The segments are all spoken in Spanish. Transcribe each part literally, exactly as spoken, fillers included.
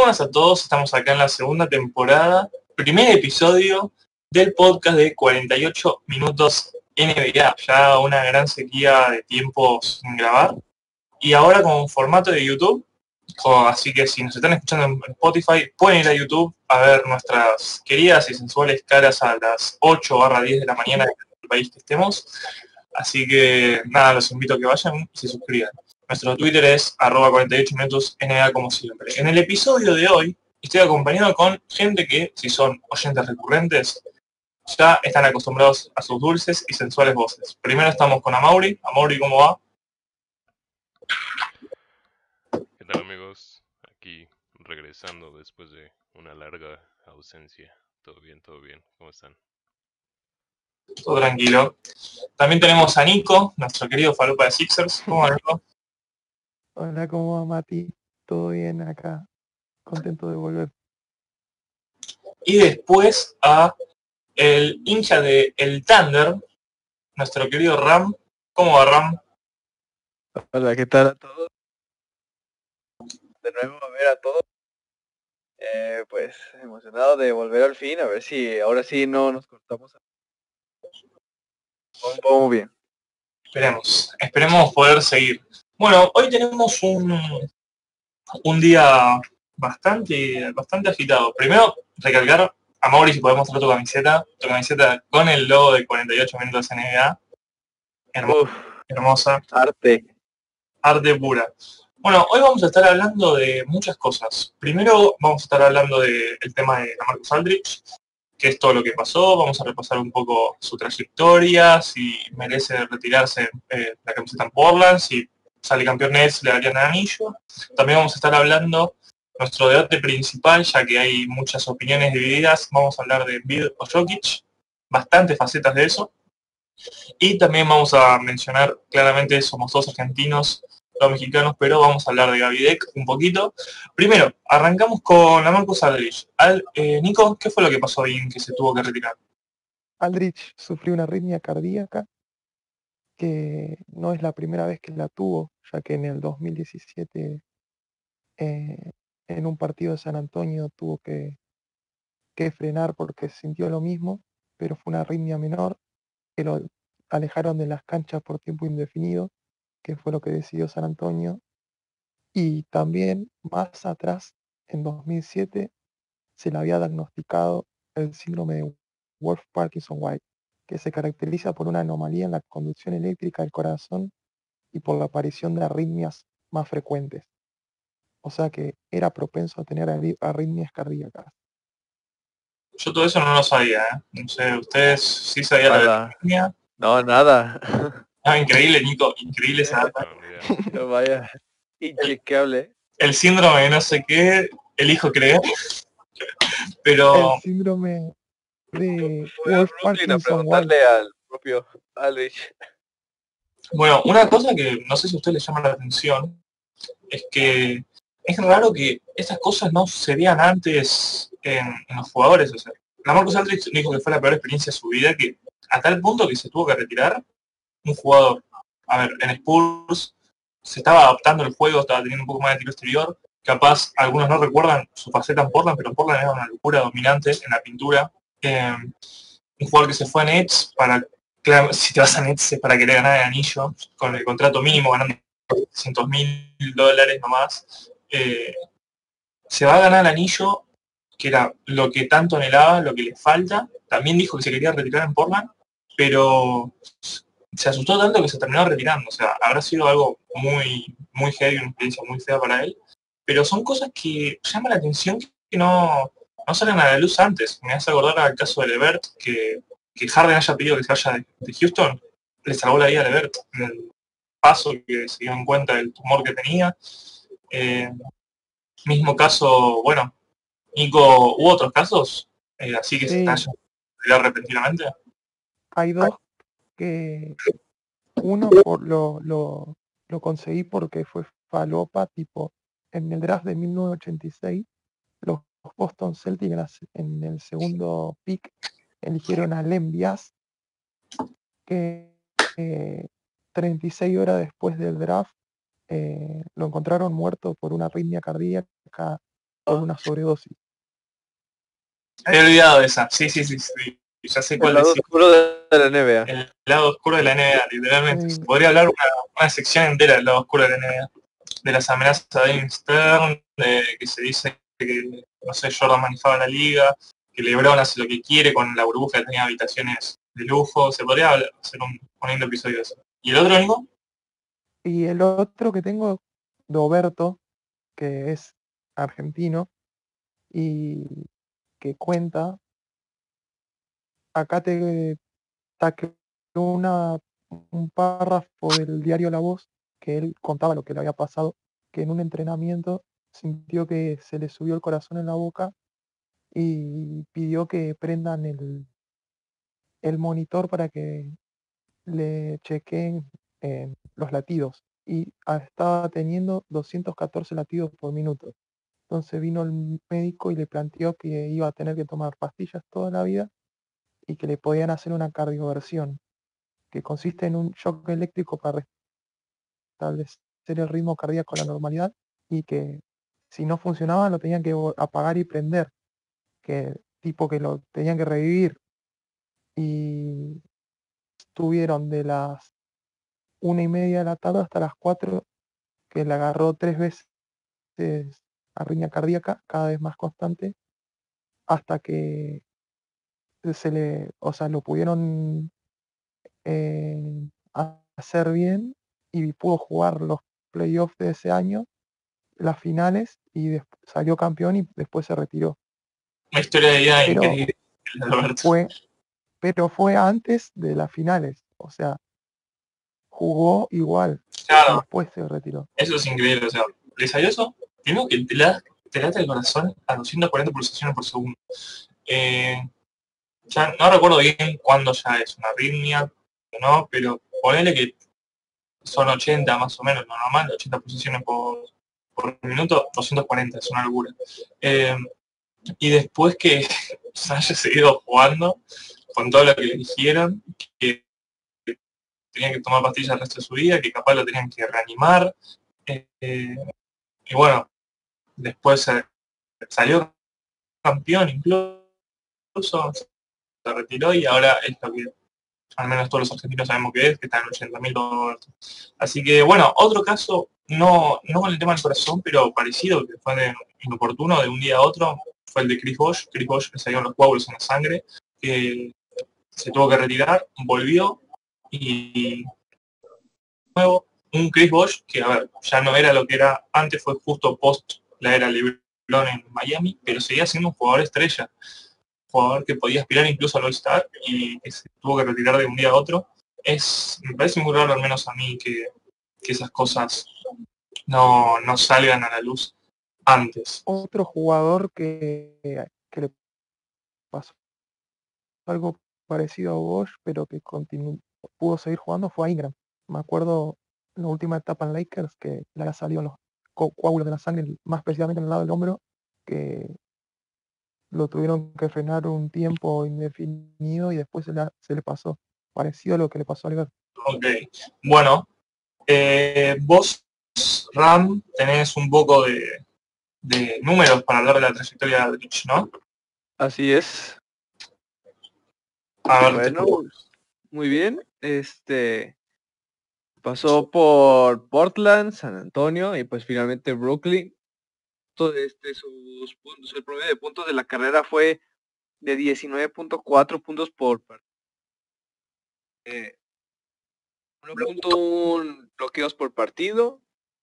buenas a todos, estamos acá en la segunda temporada, primer episodio del podcast de cuarenta y ocho minutos N B A, ya una gran sequía de tiempos sin grabar, y ahora con formato de YouTube, así que si nos están escuchando en Spotify, pueden ir a YouTube a ver nuestras queridas y sensuales caras a las ocho barra diez de la mañana del país que estemos, así que nada, los invito a que vayan y se suscriban. Nuestro Twitter es arroba cuarenta y ocho minutos N B A como siempre. En el episodio de hoy estoy acompañado con gente que, si son oyentes recurrentes, ya están acostumbrados a sus dulces y sensuales voces. Primero estamos con Amaury. Amaury, ¿cómo va? ¿Qué tal, amigos? Aquí regresando después de una larga ausencia. Todo bien, todo bien. ¿Cómo están? Todo tranquilo. También tenemos a Nico, nuestro querido Falopa de Sixers. ¿Cómo va, Nico? Hola, ¿cómo va, Mati? ¿Todo bien acá? Contento de volver. Y después a el hincha de El Thunder, nuestro querido Ram. ¿Cómo va, Ram? Hola, ¿qué tal a todos? De nuevo a ver a todos. Eh, pues emocionado de volver al fin, a ver si ahora sí no nos cortamos. Vamos, vamos bien. Esperemos, esperemos poder seguir. Bueno, hoy tenemos un, un día bastante, bastante agitado. Primero, recalcar a Mauri si podemos mostrar tu camiseta, tu camiseta con el logo de cuarenta y ocho minutos N B A. Hermosa, Uf, hermosa, arte. arte pura. Bueno, hoy vamos a estar hablando de muchas cosas. Primero vamos a estar hablando del tema de Marcus Aldridge, que es todo lo que pasó. Vamos a repasar un poco su trayectoria, si merece retirarse eh, la camiseta en Portland, si sale campeón Nets le darían el anillo. También vamos a estar hablando nuestro debate principal, ya que hay muchas opiniones divididas. Vamos a hablar de Embiid o Jokic, bastantes facetas de eso. Y también vamos a mencionar, claramente somos dos argentinos, dos mexicanos, pero vamos a hablar de Gaby Deck un poquito. Primero, arrancamos con la Marcus Aldridge. Al, eh, Nico, ¿qué fue lo que pasó ahí en que se tuvo que retirar? Aldridge sufrió una arritmia cardíaca que no es la primera vez que la tuvo, ya que en el dos mil diecisiete eh, en un partido de San Antonio tuvo que, que frenar porque sintió lo mismo, pero fue una arritmia menor que lo alejaron de las canchas por tiempo indefinido, que fue lo que decidió San Antonio. Y también más atrás, en dos mil siete, se le había diagnosticado el síndrome de Wolff-Parkinson-White, que se caracteriza por una anomalía en la conducción eléctrica del corazón y por la aparición de arritmias más frecuentes. O sea que era propenso a tener arritmias cardíacas. Yo todo eso no lo sabía, ¿eh? No sé, ¿ustedes sí sabían la de la arritmia? No, nada. Ah, increíble, Nico, increíble esa data. No, ni idea. No, vaya, inchequeable. El síndrome de no sé qué, elijo creer, pero... El síndrome de Voy a Brooklyn a Wolff-Parkinson-White. preguntarle al propio Aldridge. Bueno, una cosa que no sé si a usted le llama la atención es que es raro que estas cosas no sucedían antes en, en los jugadores. O sea, la Marcus Aldridge dijo que fue la peor experiencia de su vida, que a tal punto que se tuvo que retirar un jugador. A ver, en Spurs se estaba adaptando el juego, estaba teniendo un poco más de tiro exterior. Capaz, algunos no recuerdan su faceta en Portland, pero Portland era una locura dominante en la pintura. Eh, un jugador que se fue a Nets para... Claro, si te vas a Nets es para querer ganar el anillo, con el contrato mínimo, ganando cientos mil dólares nomás, eh, se va a ganar el anillo, que era lo que tanto anhelaba, lo que le falta. También dijo que se quería retirar en Portland, pero se asustó tanto que se terminó retirando. O sea, habrá sido algo muy, muy heavy, una experiencia muy fea para él. Pero son cosas que llaman la atención que no, no salen a la luz antes. Me hace acordar al caso de Levert, que, que Harden haya pedido que se vaya de, de Houston, le salvó la vida a Levert en el paso, que se dio en cuenta del tumor que tenía. Eh, mismo caso, bueno, Nico, ¿hubo otros casos? Eh, así que Sí. se están yendo repentinamente. Hay dos que uno por lo, lo, lo conseguí porque fue falopa, tipo en el draft de mil novecientos ochenta y seis los Boston Celtics en, la, en el segundo pick eligieron a Len Bias, que eh, treinta y seis horas después del draft eh, lo encontraron muerto por una arritmia cardíaca por una sobredosis. Había olvidado de esa. Sí, sí, sí, sí. Ya sé El cuál lado decir. oscuro de la N B A. El lado oscuro de la N B A, literalmente. Sí. Se podría hablar una, una sección entera del lado oscuro de la N B A. De las amenazas de David Stern, de que se dice que, no sé, Jordan manejaba la liga, que LeBron hace lo que quiere con la burbuja que tenía habitaciones de lujo. Se podría hablar- hacer un, un lindo episodio de eso. ¿Y el otro, Nico? Y el otro que tengo, de Oberto, que es argentino y que cuenta, acá te saqué una, un párrafo del diario La Voz, que él contaba lo que le había pasado, que en un entrenamiento sintió que se le subió el corazón en la boca y pidió que prendan el, el monitor para que le chequeen eh, los latidos y ah, estaba teniendo doscientos catorce latidos por minuto. Entonces vino el médico y le planteó que iba a tener que tomar pastillas toda la vida y que le podían hacer una cardioversión, que consiste en un shock eléctrico para restablecer el ritmo cardíaco a la normalidad y que si no funcionaba lo tenían que vo- apagar y prender, que tipo que lo tenían que revivir. Y estuvieron de las una y media de la tarde hasta las cuatro, que le agarró tres veces arritmia cardíaca, cada vez más constante, hasta que se le, o sea, lo pudieron eh, hacer bien y pudo jugar los playoffs de ese año, las finales, y des- salió campeón y después se retiró. Una historia de vida Pero increíble, Alberto. fue, pero fue antes de las finales, o sea, jugó igual y Claro, después se retiró. eso es increíble. O sea, ¿le salió eso? Primero que te, la, te late el corazón a doscientas cuarenta pulsaciones por segundo. Eh, ya no recuerdo bien cuándo ya es una arritmia, ¿no? Pero ponele que son ochenta más o menos, lo normal, ochenta pulsaciones por, por minuto, doscientas cuarenta, es una locura. Eh, y después que haya seguido jugando con todo lo que le dijeron, que tenía que tomar pastillas el resto de su vida, que capaz lo tenían que reanimar. Eh, y bueno, después eh, salió campeón incluso, se retiró y ahora es lo que al menos todos los argentinos sabemos que es, que está en ochenta mil dólares. Así que bueno, otro caso, no, no con el tema del corazón, pero parecido, que fue de, inoportuno de un día a otro, fue el de Chris Bosh. Chris Bosh le salieron los coágulos en la sangre, que se tuvo que retirar, volvió y nuevo, un Chris Bosh que, a ver, ya no era lo que era antes, fue justo post la era LeBron en Miami, pero seguía siendo un jugador estrella, jugador que podía aspirar incluso al All-Star y que se tuvo que retirar de un día a otro. Es, me parece muy raro, al menos a mí, que, que esas cosas no, no salgan a la luz antes. Otro jugador que, que le pasó algo parecido a Bosch, pero que continu- pudo seguir jugando, fue a Ingram. Me acuerdo en la última etapa en Lakers que le había salido los co- coágulos de la sangre, más especialmente en el lado del hombro, que lo tuvieron que frenar un tiempo indefinido y después se, la- se le pasó. Parecido a lo que le pasó a Alberto. Ok, bueno, eh, vos, Ram, tenés un poco de, de números para hablar de la trayectoria de Aldrich, ¿no? Así es. A ver, Bueno, muy bien. Este pasó por Portland, San Antonio y pues finalmente Brooklyn. Todo este, sus puntos, el promedio de puntos de la carrera fue de diecinueve punto cuatro puntos por partido. Eh, uno punto uno bloqueos por partido,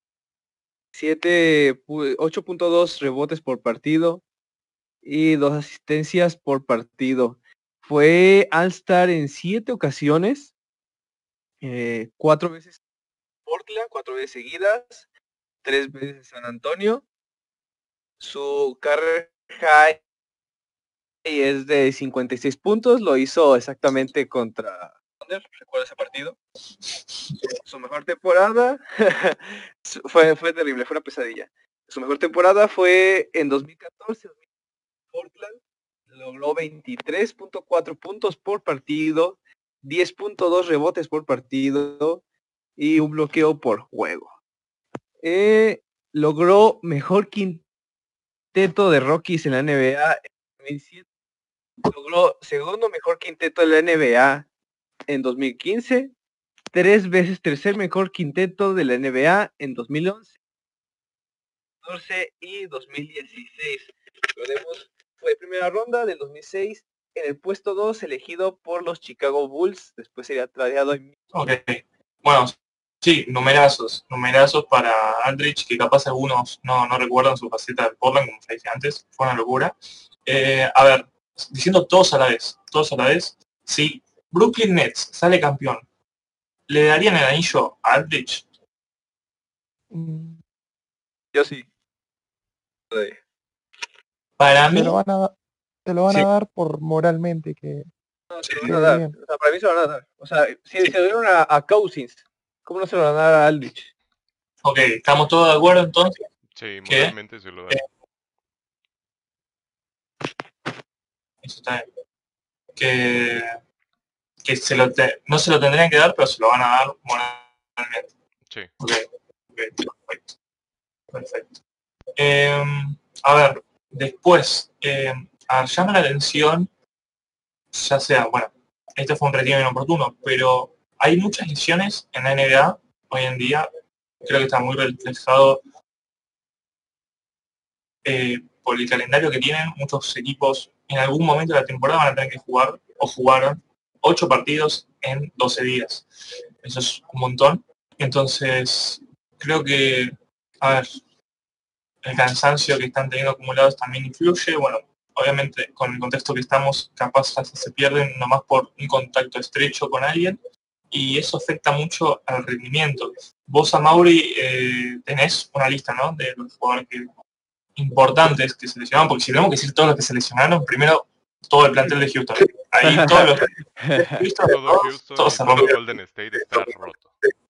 ocho punto dos rebotes por partido y dos asistencias por partido. Fue All-Star en siete ocasiones, eh, cuatro veces Portland, cuatro veces seguidas, tres veces en San Antonio. Su career high es de cincuenta y seis puntos, lo hizo exactamente contra Thunder, recuerdo ese partido. Su mejor temporada fue, fue terrible, fue una pesadilla. Su mejor temporada fue en dos mil catorce, Portland logró veintitrés punto cuatro puntos por partido, diez punto dos rebotes por partido y un bloqueo por juego. Eh, logró mejor quinteto quinteto de rookies en la N B A en dos mil siete. Logró segundo mejor quinteto de la N B A en dos mil quince. Tres veces tercer mejor quinteto de la N B A en dos mil once, catorce y dos mil dieciséis. Recordemos, fue primera ronda del dos mil seis en el puesto dos, elegido por los Chicago Bulls. Después sería tradeado en... Ok. Bueno, sí, numerazos. Numerazos para Aldridge, que capaz algunos no, no recuerdan su faceta de Portland, como ya dije antes. Fue una locura. Eh, a ver, diciendo todos a la vez, todos a la vez, si Brooklyn Nets sale campeón, ¿le darían el anillo a Aldridge? Mm, Yo sí. Para mí, Se lo van a, da- se lo van Sí. a dar por moralmente que No, se Sí, lo sí. van a dar. Bien. O sea, para mí se lo van a dar. O sea, si Sí. se lo dieron a, a Cousins, ¿cómo no se lo van a dar a Aldridge? ok, estamos todos de acuerdo entonces. Sí, ¿Qué? moralmente se lo dan. Eso está bien. Que, que se lo te- no se lo tendrían que dar, pero se lo van a dar moralmente. Sí. Ok, ok, perfecto. Perfecto. Eh, a ver, después, eh, a ver, llama la atención, ya sea, bueno, este fue un retiro inoportuno, pero hay muchas lesiones en la N B A hoy en día. Creo que está muy reflejado eh, por el calendario que tienen. Muchos equipos en algún momento de la temporada van a tener que jugar, o jugaron, ocho partidos en doce días. Eso es un montón. Entonces, creo que, a ver, el cansancio que están teniendo acumulados también influye. Bueno, obviamente con el contexto que estamos, capaz hasta se pierden nomás por un contacto estrecho con alguien, y eso afecta mucho al rendimiento. Vos, a Mauri, eh, tenés una lista, ¿no?, de los jugadores que, importantes que se lesionaron, porque si tenemos que decir todos los que se lesionaron, primero todo el plantel de Houston. Ahí todos los de Houston, Todo todos, Houston todos y se todo rompieron. Golden State está roto.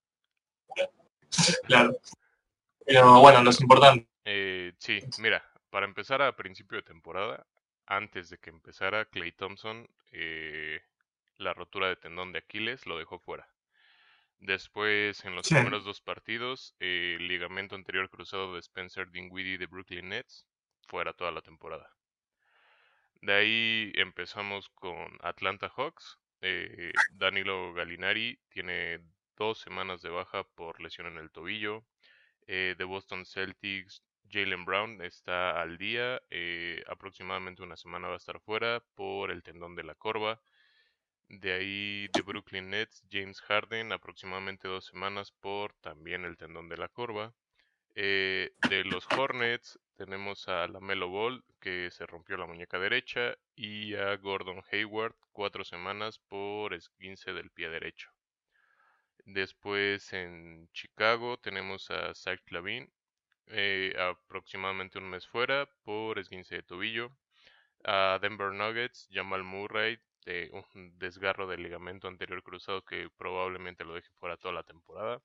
Claro. Pero bueno, los importantes. Eh, sí, mira, para empezar a principio de temporada, antes de que empezara, Klay Thompson, eh, la rotura de tendón de Aquiles lo dejó fuera. Después, en los Sí. primeros dos partidos, eh, el ligamento anterior cruzado de Spencer Dinwiddie de Brooklyn Nets, fuera toda la temporada. De ahí empezamos con Atlanta Hawks. Eh, Danilo Gallinari tiene dos semanas de baja por lesión en el tobillo. Eh, de Boston Celtics, Jaylen Brown está al día. Eh, aproximadamente una semana va a estar fuera por el tendón de la corva. De ahí de Brooklyn Nets, James Harden, aproximadamente dos semanas por también el tendón de la corva. Eh, de los Hornets tenemos a LaMelo Ball, que se rompió la muñeca derecha, y a Gordon Hayward, cuatro semanas por esguince del pie derecho. Después en Chicago tenemos a Zach LaVine, eh, aproximadamente un mes fuera por esguince de tobillo. A Denver Nuggets, Jamal Murray, de un desgarro del ligamento anterior cruzado que probablemente lo deje fuera toda la temporada.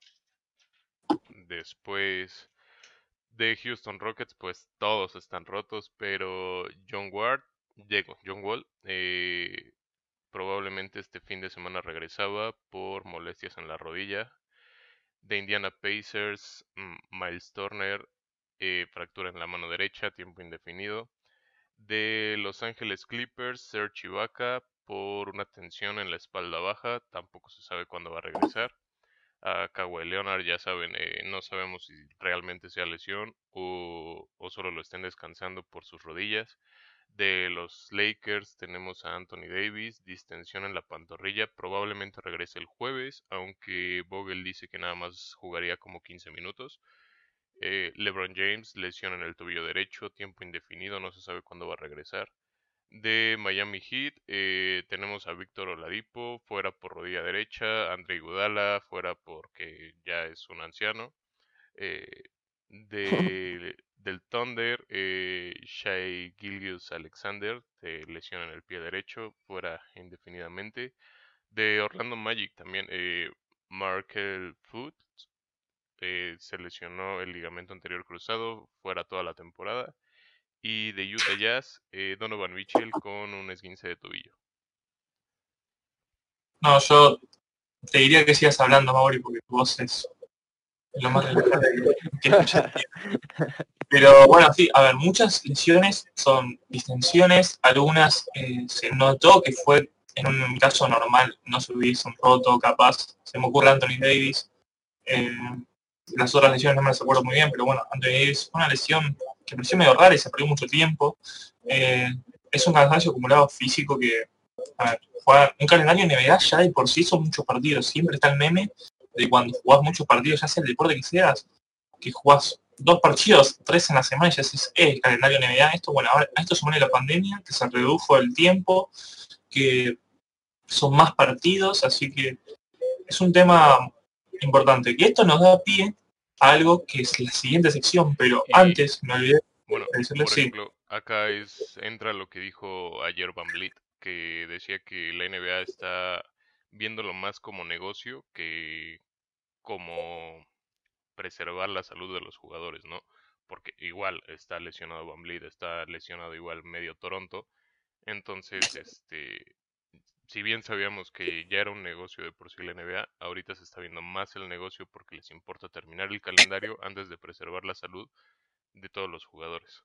Después de Houston Rockets, pues todos están rotos, pero John Ward, Diego, John Wall, eh, probablemente este fin de semana regresaba por molestias en la rodilla. De Indiana Pacers, Miles Turner, eh, fractura en la mano derecha, tiempo indefinido. De Los Ángeles Clippers, Serge Ibaka, por una tensión en la espalda baja, tampoco se sabe cuándo va a regresar. A Kawhi Leonard, ya saben, eh, no sabemos si realmente sea lesión o, o solo lo estén descansando por sus rodillas. De los Lakers tenemos a Anthony Davis, distensión en la pantorrilla, probablemente regrese el jueves, aunque Vogel dice que nada más jugaría como quince minutos. Eh, LeBron James, lesión en el tobillo derecho, tiempo indefinido, no se sabe cuándo va a regresar. De Miami Heat eh, tenemos a Víctor Oladipo fuera por rodilla derecha, Andre Iguodala fuera porque ya es un anciano. Eh, de, del Thunder, eh, Shai Gilgeous-Alexander, de lesión en el pie derecho, fuera indefinidamente. De Orlando Magic también, eh, Markel Fultz, eh, se lesionó el ligamento anterior cruzado, fuera toda la temporada. Y de Utah Jazz, eh, Donovan Mitchell con un esguince de tobillo. No, yo te diría que sigas hablando, Mauri, porque tu voz es Es lo más relevante que, que escuché. Pero bueno, sí, a ver, muchas lesiones son distensiones, algunas eh, se notó que fue en un caso normal, no se hubiesen roto, capaz, se me ocurre Anthony Davis. Eh, las otras lesiones no me las acuerdo muy bien, pero bueno, Anthony Davis fue una lesión que pareció medio rara y se perdió mucho tiempo. Eh, es un cansancio acumulado físico que, a ver, jugar un calendario N B A ya de por sí son muchos partidos, siempre está el meme de cuando jugás muchos partidos, ya sea el deporte que seas, que jugás dos partidos, tres en la semana y ya haces eh, el calendario N B A. Esto, bueno, ahora a esto se une la pandemia, que se redujo el tiempo, que son más partidos, así que es un tema importante. Que esto nos da pie a algo que es la siguiente sección, pero Y, antes me olvidé bueno, de decirle por sí. ejemplo, acá es entra lo que dijo ayer Van Vliet, que decía que la N B A está viéndolo más como negocio que como preservar la salud de los jugadores, ¿no? Porque igual está lesionado Van Vliet, está lesionado igual medio Toronto, entonces, este, si bien sabíamos que ya era un negocio de por sí la N B A, ahorita se está viendo más el negocio porque les importa terminar el calendario antes de preservar la salud de todos los jugadores.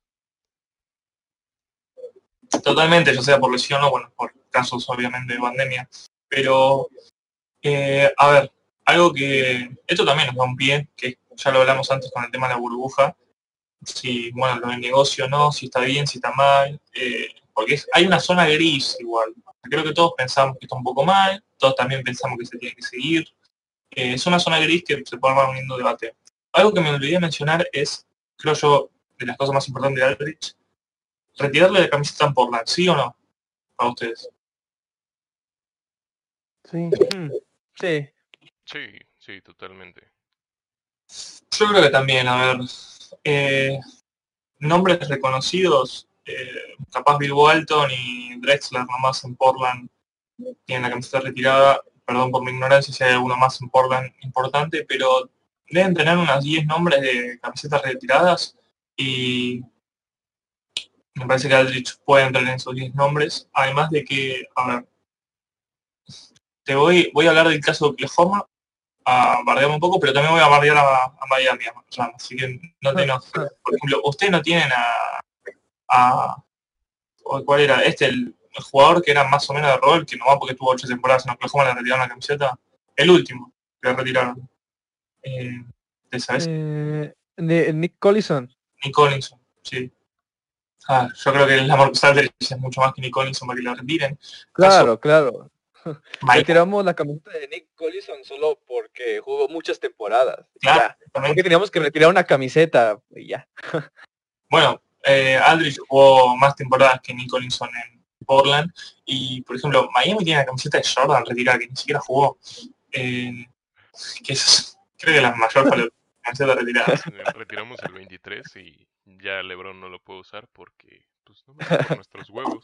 Totalmente, ya sea por lesión o, bueno, por casos obviamente de pandemia. Pero, eh, a ver, algo que, esto también nos da un pie, que ya lo hablamos antes con el tema de la burbuja, si, bueno, lo del negocio no, si está bien, si está mal, eh, porque es- hay una zona gris igual. Creo que todos pensamos que está un poco mal, todos también pensamos que se tiene que seguir. Eh, es una zona gris que se puede armar un lindo debate. Algo que me olvidé de mencionar es, creo yo, de las cosas más importantes de Aldrich, retirarle la camiseta en Portland, ¿sí o no? A ustedes. Sí, Mm, Sí, Sí, sí, totalmente. Yo creo que también, a ver, eh, nombres reconocidos, eh, capaz Bill Walton y Drexler nomás en Portland tienen la camiseta retirada, perdón por mi ignorancia si hay alguno más en Portland importante, pero deben tener unas diez nombres de camisetas retiradas y me parece que Aldrich puede entrar en esos diez nombres, además de que, a ver, te voy, voy a hablar del caso de Oklahoma, a bardear un poco, pero también voy a bardear a, a Miami, a Rams, así que no te enojes. Por ejemplo, ustedes no tienen a, a o ¿cuál era? Este, el, el jugador que era más o menos de rol, que no va porque tuvo ocho temporadas en Oklahoma, le retiraron la camiseta, el último que le retiraron. Eh, ¿te sabes? eh, Ni- Nick Collison. Nick Collinson, sí. Ah, yo creo que la Marcus Aldridge es mucho más que Nick Collinson para que lo retiren. Claro, claro. Mike, Retiramos la camiseta de Nick Collison solo porque jugó muchas temporadas. claro, Ya. también. Porque teníamos que retirar una camiseta y ya. Bueno, eh, Aldridge jugó más temporadas que Nick Collinson en Portland y, por ejemplo, Miami tiene la camiseta de Jordan retirada que ni siquiera jugó. Eh, que es, creo que la mayor para camiseta retirada. Eh, Retiramos el veintitrés y ya LeBron no lo puede usar porque, pues, no me por nuestros huevos.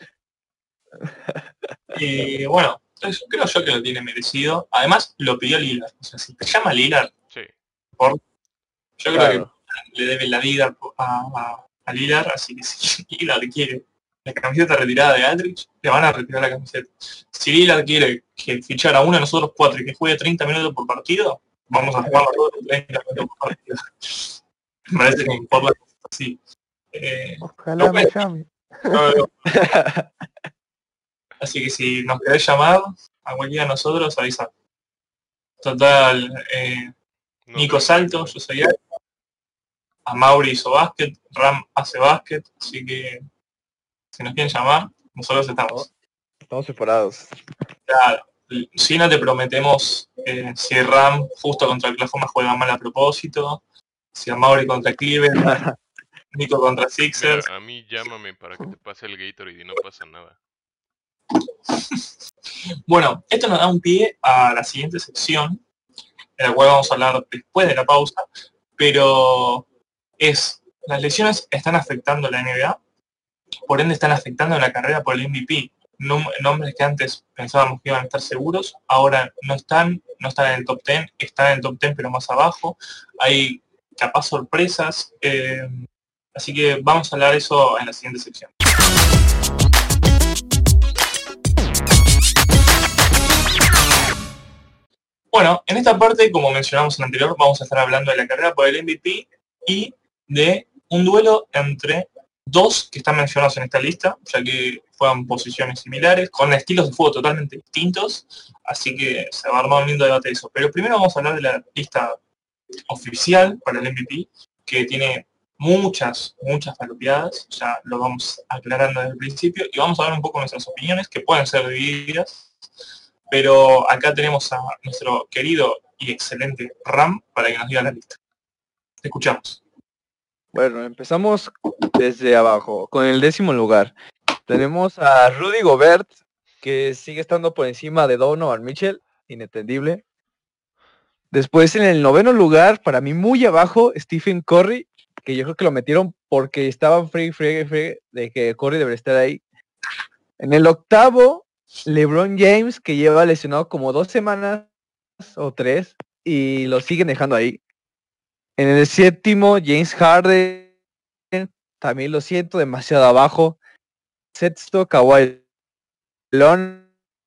Y bueno, entonces creo yo que lo tiene merecido. Además, lo pidió Lillard. O sea, si te llama Lillard, Sí, por, yo creo Claro. que le debe la vida a, a, a Lillard, así que si Lillard quiere la camiseta retirada de Aldridge, le van a retirar la camiseta. Si Lillard quiere que fichar a uno de nosotros cuatro y que juegue treinta minutos por partido, vamos a jugar todos treinta minutos por partido. Me parece que en Portland es así. Eh, ojalá no, me llame. no, no. Así que si nos querés llamar a cualquiera de nosotros, avisa. Total, eh, no Nico tenemos Salto, ningún- yo soy Al, a Mauri hizo básquet, Ram hace básquet, así que si nos quieren llamar, nosotros estamos. Estamos separados. Claro, si no te prometemos eh, si Ram justo contra Oklahoma juega mal a propósito, si a Mauri contra Cleveland, Nico contra Sixers. Mira, a mí llámame para que te pase el Gatorade y no pasa nada. Bueno, esto nos da un pie a la siguiente sección, de la cual vamos a hablar después de la pausa, pero es, las lesiones están afectando la N B A, por ende están afectando la carrera por el M V P. Nom- nombres que antes pensábamos que iban a estar seguros, ahora no están, no están en el top diez, están en el top diez pero más abajo, hay capaz sorpresas, eh, así que vamos a hablar de eso en la siguiente sección. Bueno, bueno, en esta parte, como mencionamos en la anterior, vamos a estar hablando de la carrera por el M V P y de un duelo entre dos que están mencionados en esta lista, ya que fueron posiciones similares, con estilos de juego totalmente distintos, así que se va a armar un lindo debate de eso. Pero primero vamos a hablar de la lista oficial para el M V P, que tiene muchas, muchas falopeadas, ya lo vamos aclarando desde el principio, y vamos a ver un poco nuestras opiniones, que pueden ser divididas, pero acá tenemos a nuestro querido y excelente Ram para que nos diga la lista. Te escuchamos. Bueno, empezamos desde abajo, con el décimo lugar. Tenemos a Rudy Gobert, que sigue estando por encima de Donovan Mitchell, inentendible. Después en el noveno lugar, para mí muy abajo, Stephen Curry, que yo creo que lo metieron porque estaban free, free, free, de que Curry debería estar ahí. En el octavo, LeBron James, que lleva lesionado como dos semanas o tres, y lo siguen dejando ahí. En el séptimo, James Harden, también lo siento, demasiado abajo. Sexto, Kawhi Leonard.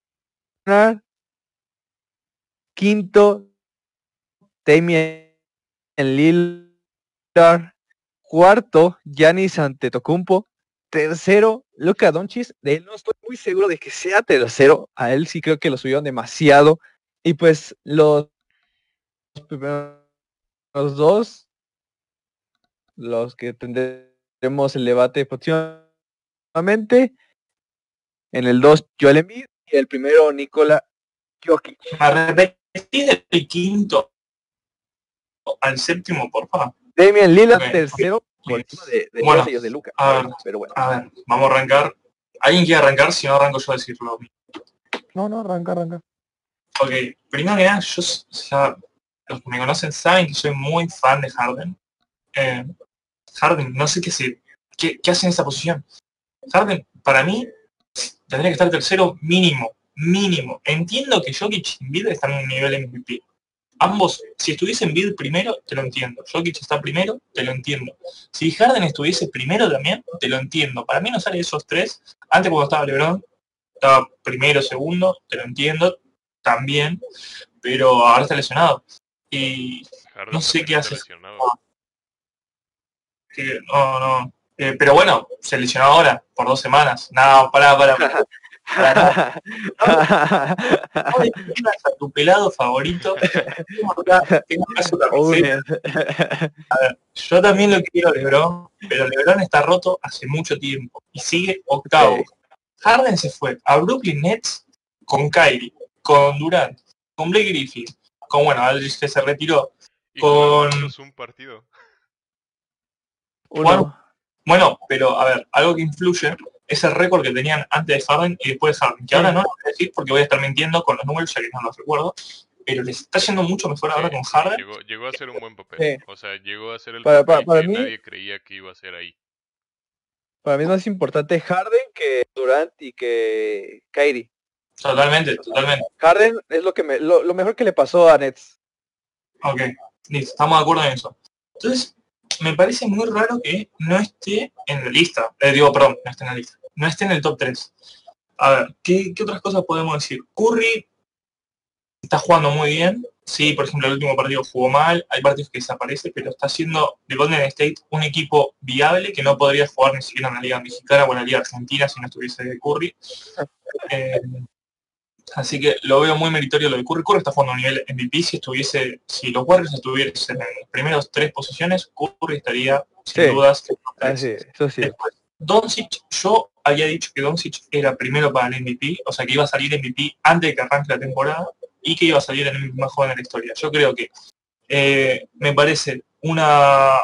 Quinto, Damian Lillard. Cuarto, Giannis Antetokounmpo. Tercero, Luka Doncic. De él no estoy muy seguro de que sea tercero. A él sí creo que lo subieron demasiado. Y pues los primeros dos, los que tendremos el debate próximamente. En el dos, Joel Embiid. Y el primero, Nikola Jokic. ¿Me repetís del quinto al séptimo, por favor? Damian Lillard, Ok, tercero, ok. por encima de, de Bueno, todos ellos de Luka. a ver, Pero bueno. A ver, vamos a arrancar. ¿Alguien quiere arrancar? Si no, arranco yo a decirlo. No, no, arranca, arranca. Ok, primero que nada, yo, o sea, los que me conocen saben que soy muy fan de Harden. Eh, Harden, no sé qué, se, qué, qué hace en esa posición. Harden, para mí, tendría que estar tercero mínimo, mínimo. Entiendo que Jokic y Embiid están en un nivel M V P. Ambos, si estuviese Embiid primero, te lo entiendo. Jokic está primero, te lo entiendo. Si Harden estuviese primero también, te lo entiendo. Para mí no sale de esos tres. Antes cuando estaba LeBron, estaba primero, segundo, te lo entiendo también, pero ahora está lesionado. Y Harden no sé también qué está hace. lesionado. Que, no, no. Eh, pero bueno, se lesionó ahora, por dos semanas. No, pará, pará. pará. Pará, no. No defiendas a tu pelado favorito. Tengo acá, tengo acá su camiseta. A ver, yo también lo quiero a LeBron, pero LeBron está roto hace mucho tiempo y sigue octavo. Ok. Harden se fue a Brooklyn Nets con Kyrie, con Durant, con Blake Griffin, con, bueno, Aldridge que se retiró. Y Con- jugaron juntos un partido. Uno. Bueno, pero a ver, algo que influye es el récord que tenían antes de Harden y después de Harden, que ahora no lo voy a decir porque voy a estar mintiendo con los números ya que no los recuerdo, pero les está yendo mucho mejor ahora Sí, con sí, Harden. llegó, llegó a hacer un buen papel. Sí. O sea, llegó a hacer el Para- papel para- para que mí- nadie creía que iba a hacer ahí. Para mí es más importante Harden que Durant y que Kyrie. Totalmente, totalmente. Harden es lo que me, lo, lo mejor que le pasó a Nets. Ok, listo, estamos de acuerdo en eso. Entonces, me parece muy raro que no esté en la lista. Eh, digo, perdón, no esté en la lista. No esté en el top tres. A ver, ¿qué, qué otras cosas podemos decir? Curry está jugando muy bien. Sí, por ejemplo, el último partido jugó mal. Hay partidos que desaparece, pero está haciendo de Golden State un equipo viable que no podría jugar ni siquiera en la Liga Mexicana o en la Liga Argentina si no estuviese Curry. Eh, Así que lo veo muy meritorio lo de Curry. Curry está jugando a un nivel M V P. Si estuviese, si los Warriors estuviesen en las primeras tres posiciones, Curry estaría sin Sí. dudas. en los Ah, tres. sí, eso sí. Después, Doncic, yo había dicho que Doncic era primero para el M V P, o sea que iba a salir M V P antes de que arranque la temporada y que iba a salir el M V P más joven de la historia. Yo creo que eh, me parece una...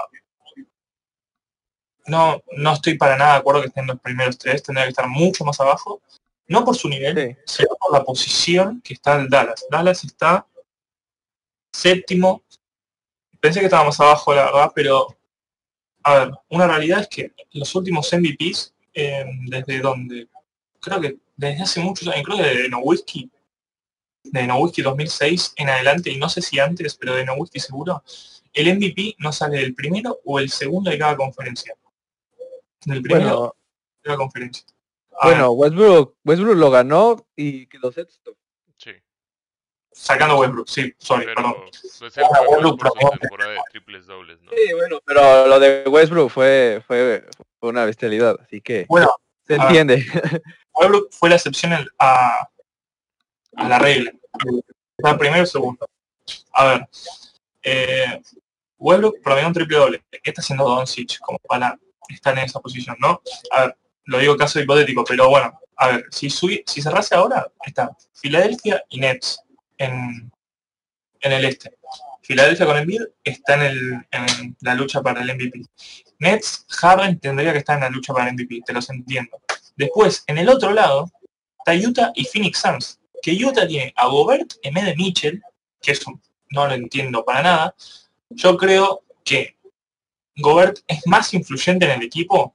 No, no estoy para nada de acuerdo que estén los primeros tres, tendría que estar mucho más abajo. No por su nivel, Sí. sino por la posición que está el Dallas. Dallas está séptimo. Pensé que estaba más abajo, la verdad, pero a ver, una realidad es que los últimos M V Ps, eh, desde donde, creo que desde hace muchos años, creo que de Nowitzki, de Nowitzki dos mil seis en adelante, y no sé si antes, pero de Nowitzki seguro, el M V P no sale del primero o el segundo de cada conferencia. Del primero Bueno, de cada conferencia. A ver, bueno, Westbrook, Westbrook lo ganó y quedó sexto. Sí. Sacando Westbrook, sí, sorry, Pero perdón. pues él fue más Westbrook por su promedió- temporada de triples dobles, ¿no? Sí, bueno, pero lo de Westbrook fue, fue, fue una bestialidad, así que Bueno, se a ver, entiende. Westbrook fue la excepción al- a, a la regla. Está primero y segundo. A ver, eh, Westbrook promedió un triple doble. ¿Qué está haciendo Doncic como para estar en esa posición, no? A ver, lo digo caso hipotético, pero bueno, a ver, si, subí, si cerrase ahora, está Filadelfia y Nets en, en el este. Filadelfia con Embiid está en, el, en la lucha para el M V P. Nets, Harden tendría que estar en la lucha para el M V P, te los entiendo. Después, en el otro lado, está Utah y Phoenix Suns, que Utah tiene a Gobert en vez de Mitchell, que eso no lo entiendo para nada. Yo creo que Gobert es más influyente en el equipo.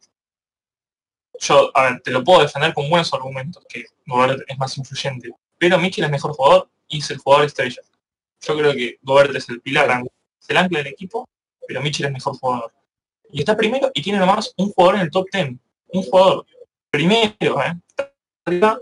Yo, a ver, te lo puedo defender con buenos argumentos, que Gobert es más influyente. Pero Mitchell es mejor jugador y es el jugador estrella. Yo creo que Gobert es el pilar, es el ancla del equipo, pero Mitchell es mejor jugador. Y está primero y tiene nomás un jugador en el top diez. Un jugador primero, ¿eh? Arriba,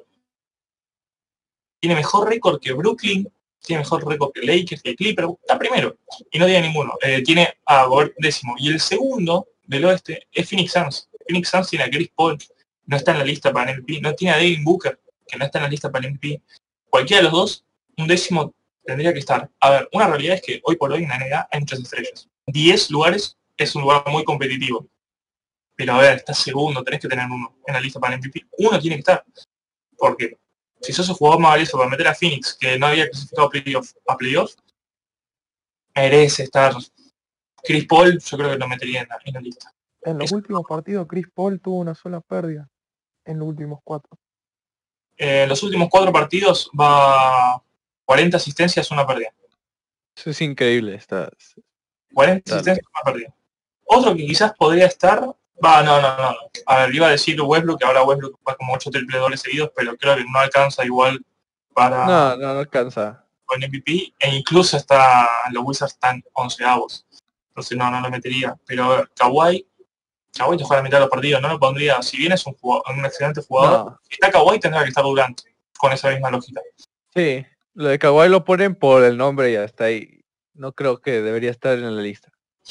tiene mejor récord que Brooklyn, tiene mejor récord que Lakers, que Clippers, está primero y no tiene ninguno. Eh, tiene a Gobert décimo. Y el segundo del oeste es Phoenix Suns. Phoenix Suns tiene a Chris Paul, no está en la lista para el M V P, no tiene a Devin Booker, que no está en la lista para el M V P. Cualquiera de los dos, un décimo tendría que estar. A ver, una realidad es que hoy por hoy en la N B A hay muchas estrellas. diez lugares es un lugar muy competitivo. Pero a ver, estás segundo, tenés que tener uno en la lista para el M V P. Uno tiene que estar. Porque si sos el jugador más valioso para meter a Phoenix, que no había clasificado a playoff, a playoff, merece estar. Chris Paul, yo creo que lo metería en la, en la lista. En los Eso. últimos partidos, Chris Paul tuvo una sola pérdida en los últimos cuatro. Eh, en los últimos cuatro partidos va cuarenta asistencias, una pérdida. Eso es increíble. Está, cuarenta Dale. asistencias, una pérdida. Otro que quizás podría estar, va, no, no, no, no. A ver, iba a decir Westbrook, que ahora Westbrook va como ocho triple dobles seguidos, pero creo que no alcanza igual para no, no, no alcanza. con M V P, e incluso está, los Wizards están onceavos. Entonces no, no lo metería. Pero a ver, Kawhi, Kawhi te juega la mitad de los partidos, no lo pondría, si bien es un, jugador, un excelente jugador, No. si está Kawhi tendrá que estar Durant, con esa misma lógica. Sí, lo de Kawhi lo ponen por el nombre y hasta ahí. No creo que debería estar en la lista.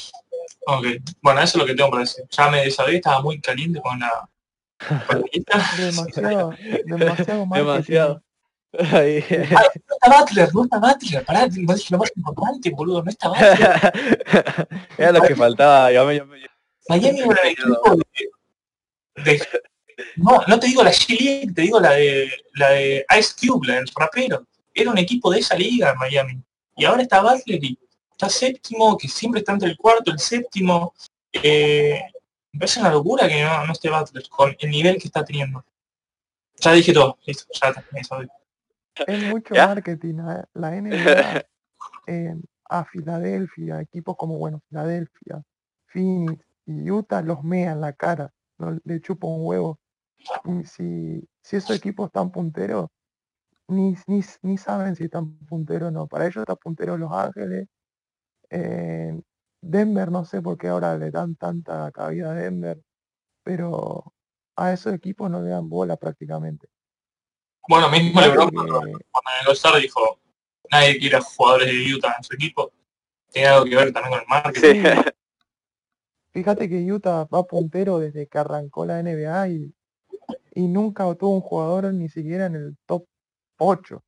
Ok, bueno, eso es lo que tengo para decir. Ya me desahogué, estaba muy caliente con la, con la lista. Demasiado, demasiado marketing. Demasiado. Ahí. Sí. Ay, no está Butler, no está Butler, pará, no dije lo más importante, boludo, no está Butler. Era lo que faltaba. Ya me, ya me- Miami era el equipo de, de- no, no te digo la G-League, te digo la de la de Ice Cube, la del rapero. Era un equipo de esa liga, Miami. Y ahora está Butler y está séptimo, que siempre está entre el cuarto, el séptimo. Eh, me parece una locura que no, no esté Butler, con el nivel que está teniendo. Ya dije todo, listo, ya me sabía. Es mucho ¿Ya? marketing. ¿eh? La N B A eh, a Filadelfia, equipos como, bueno, Filadelfia, Phoenix y Utah los mean la cara, no le chupa un huevo. Y si, si esos equipos están punteros, ni, ni, ni saben si están punteros o no. Para ellos está puntero Los Ángeles. eh, Denver, no sé por qué ahora le dan tanta cabida a Denver, pero a esos equipos no le dan bola prácticamente. Bueno, mismo Fíjate LeBron que- cuando, cuando en el All-Star dijo nadie quiere a jugadores de Utah en su equipo. Tiene algo que ver también con el marketing. Sí. Sí, fíjate que Utah va puntero desde que arrancó la N B A y, y nunca tuvo un jugador ni siquiera en el top ocho,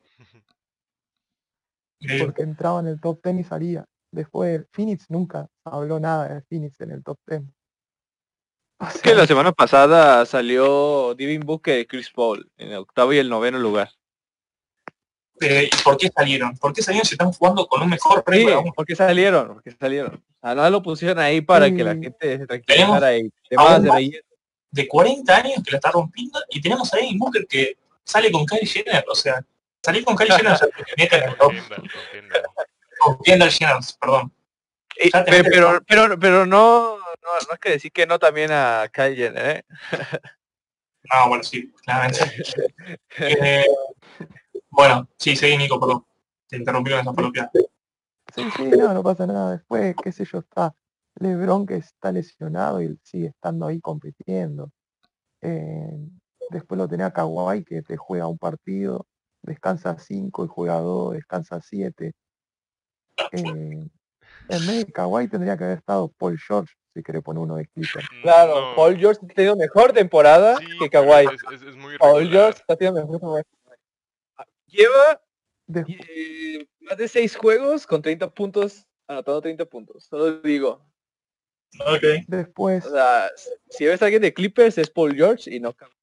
Increíble. porque entraba en el top diez y salía. Después Phoenix nunca habló nada de Phoenix en el top diez. O Es que la sea, semana pasada salió Devin Booker y Chris Paul en el octavo y el noveno lugar. Eh, ¿Y por qué salieron? ¿Por qué salieron si están jugando con un mejor Sí, récord aún? porque salieron, porque salieron. O sea, no lo pusieron ahí para Sí. que la gente se tranquilizara y a demás un de más relleno. de cuarenta años que la está rompiendo y tenemos a Devin Booker que sale con Kylie Jenner, o sea, salir con Kylie Jenner ya te mete en el top. Con Kendall, con Kendall. Con Kendall Jenner, perdón. Y- Ya te pe- mete en el pero, top. pero, pero no, no, no es que decir que no también a Kyle Jenner, ¿eh? No, bueno, sí, claramente. Eh, bueno, sí, seguí Nico, perdón. Te interrumpí con esa propia. sí, sí, no, no pasa nada. Después, qué sé yo, está LeBron que está lesionado y sigue estando ahí compitiendo. Eh, después lo tenía Kawhi que te juega un partido descansa cinco y juega dos, descansa siete. Eh, en vez de Kawhi tendría que haber estado Paul George, si querés poner uno de Clippers. Claro, No, Paul George ha tenido mejor temporada sí, que pero Kawhi. es, es, es muy Paul regular. George ha tenido mejor temporada. Lleva Des- eh, más de seis juegos con treinta puntos, anotando treinta puntos. Solo digo. Ok. después, O sea, si ves a alguien de Clippers es Paul George y no Kawhi.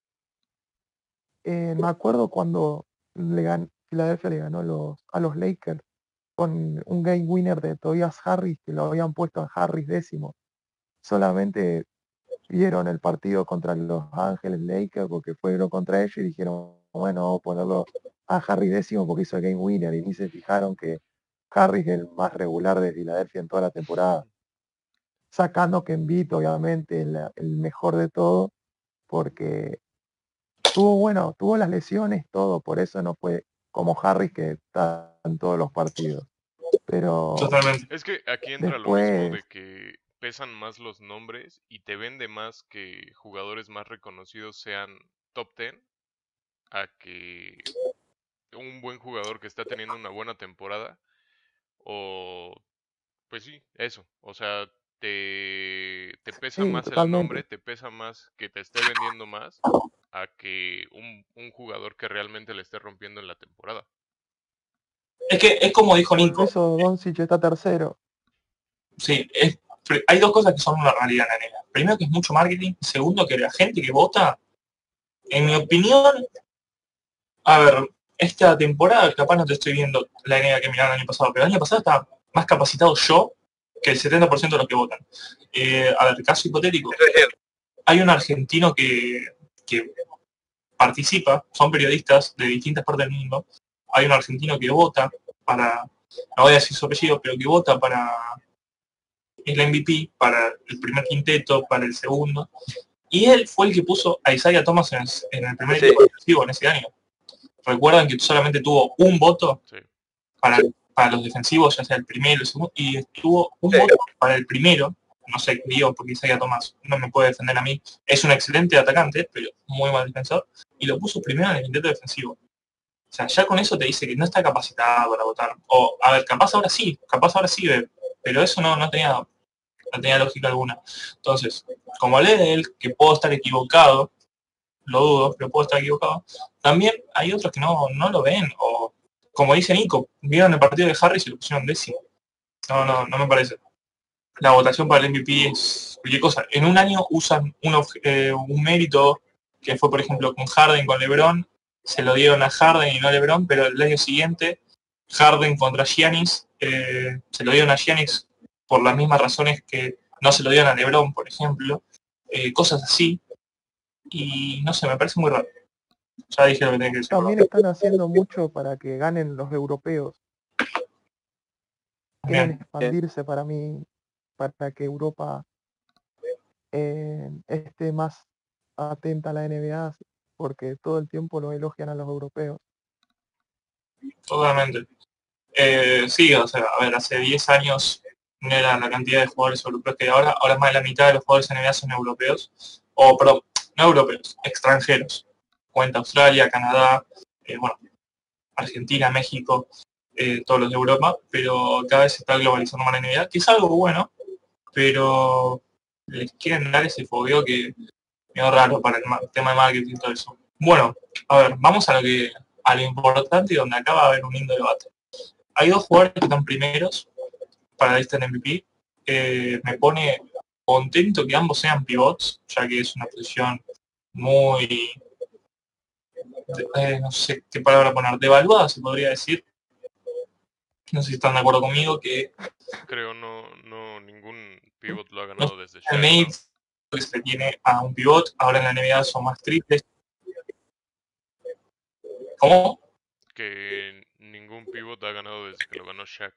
eh, me acuerdo cuando le gan- Filadelfia le ganó los, a los Lakers con un game winner de Tobias Harris, que lo habían puesto a Harris décimo. Solamente vieron el partido contra Los Ángeles Lakers porque fueron contra ellos y dijeron, bueno, vamos a ponerlo a Harris décimo porque hizo el game winner, y ni se fijaron que Harris es el más regular de Filadelfia en toda la temporada, sacando que Embiid obviamente es la- el mejor de todo, porque tuvo, bueno, tuvo las lesiones, todo, por eso no fue como Harris que está en todos los partidos. Pero Totalmente. Es que aquí entra lo mismo después, de que pesan más los nombres y te vende más que jugadores más reconocidos sean top diez a que un buen jugador que está teniendo una buena temporada o pues sí, eso, o sea, te, te pesa sí, más el totalmente. nombre, te pesa más que te esté vendiendo más a que un, un jugador que realmente le esté rompiendo en la temporada. Es que es como dijo Por Nico. eso Doncic está tercero. Sí, es- pero hay dos cosas que son una realidad en la N B A. Primero, que es mucho marketing. Segundo, que la gente que vota, en mi opinión, a ver, esta temporada capaz no te estoy viendo la N B A que miraba el año pasado, pero el año pasado estaba más capacitado yo que el setenta por ciento de los que votan. Eh, a ver, caso hipotético. Hay un argentino que, que participa, son periodistas de distintas partes del mundo. Hay un argentino que vota para, no voy a decir su apellido, pero que vota para el M V P, para el primer quinteto, para el segundo. Y él fue el que puso a Isaiah Thomas en el, en el primer Sí. equipo defensivo en ese año. Recuerdan que solamente tuvo un voto Sí. para, para los defensivos, ya sea el primero, el segundo, y tuvo un Sí. voto para el primero. No sé, digo, porque Isaiah Thomas no me puede defender a mí. Es un excelente atacante, pero muy mal defensor. Y lo puso primero en el quinteto defensivo. O sea, ya con eso te dice que no está capacitado para votar. O, a ver, capaz ahora sí, capaz ahora sí, pero eso no, no tenía no tenía lógica alguna. Entonces, como hablé de él, que puedo estar equivocado, lo dudo, pero puedo estar equivocado, también hay otros que no, no lo ven, o como dice Nico, vieron el partido de Harris y lo pusieron décimo. No, no, no me parece. La votación para el M V P es cualquier cosa. En un año usan un, eh, un mérito, que fue por ejemplo con Harden, con LeBron, se lo dieron a Harden y no a LeBron, pero el año siguiente, Harden contra Giannis, eh, se lo dieron a Giannis por las mismas razones que no se lo dieron a LeBron, por ejemplo. Eh, cosas así. Y no sé, me parece muy raro. Ya dije lo que tenía que decir. También están haciendo mucho para que ganen los europeos. Quieren Bien. expandirse para mí, para que Europa eh, esté más atenta a la N B A, porque todo el tiempo lo elogian a los europeos. Totalmente. Eh, sí, o sea, a ver, hace diez años no era la cantidad de jugadores europeos que hay ahora, ahora más de la mitad de los jugadores N B A son europeos, o perdón, no europeos, extranjeros. Cuenta Australia, Canadá, eh, bueno, Argentina, México, eh, todos los de Europa, pero cada vez se está globalizando más la N B A, que es algo bueno, pero les quieren dar ese fogueo que es raro para el ma- tema de marketing y todo eso. Bueno, a ver, vamos a lo que a lo importante y donde acaba de haber un lindo debate. Hay dos jugadores que están primeros para la lista de M V P. Eh, me pone contento que ambos sean pivots, ya que es una posición muy, eh, no sé qué palabra poner, devaluada, se podría decir. No sé si están de acuerdo conmigo, que Creo no, no ningún pivot lo ha ganado desde el Shaq, Nate ¿no? que se le tiene a un pivot, ahora en la N B A son más triples. ¿Cómo? Que ningún pivot ha ganado desde que lo ganó Shaq.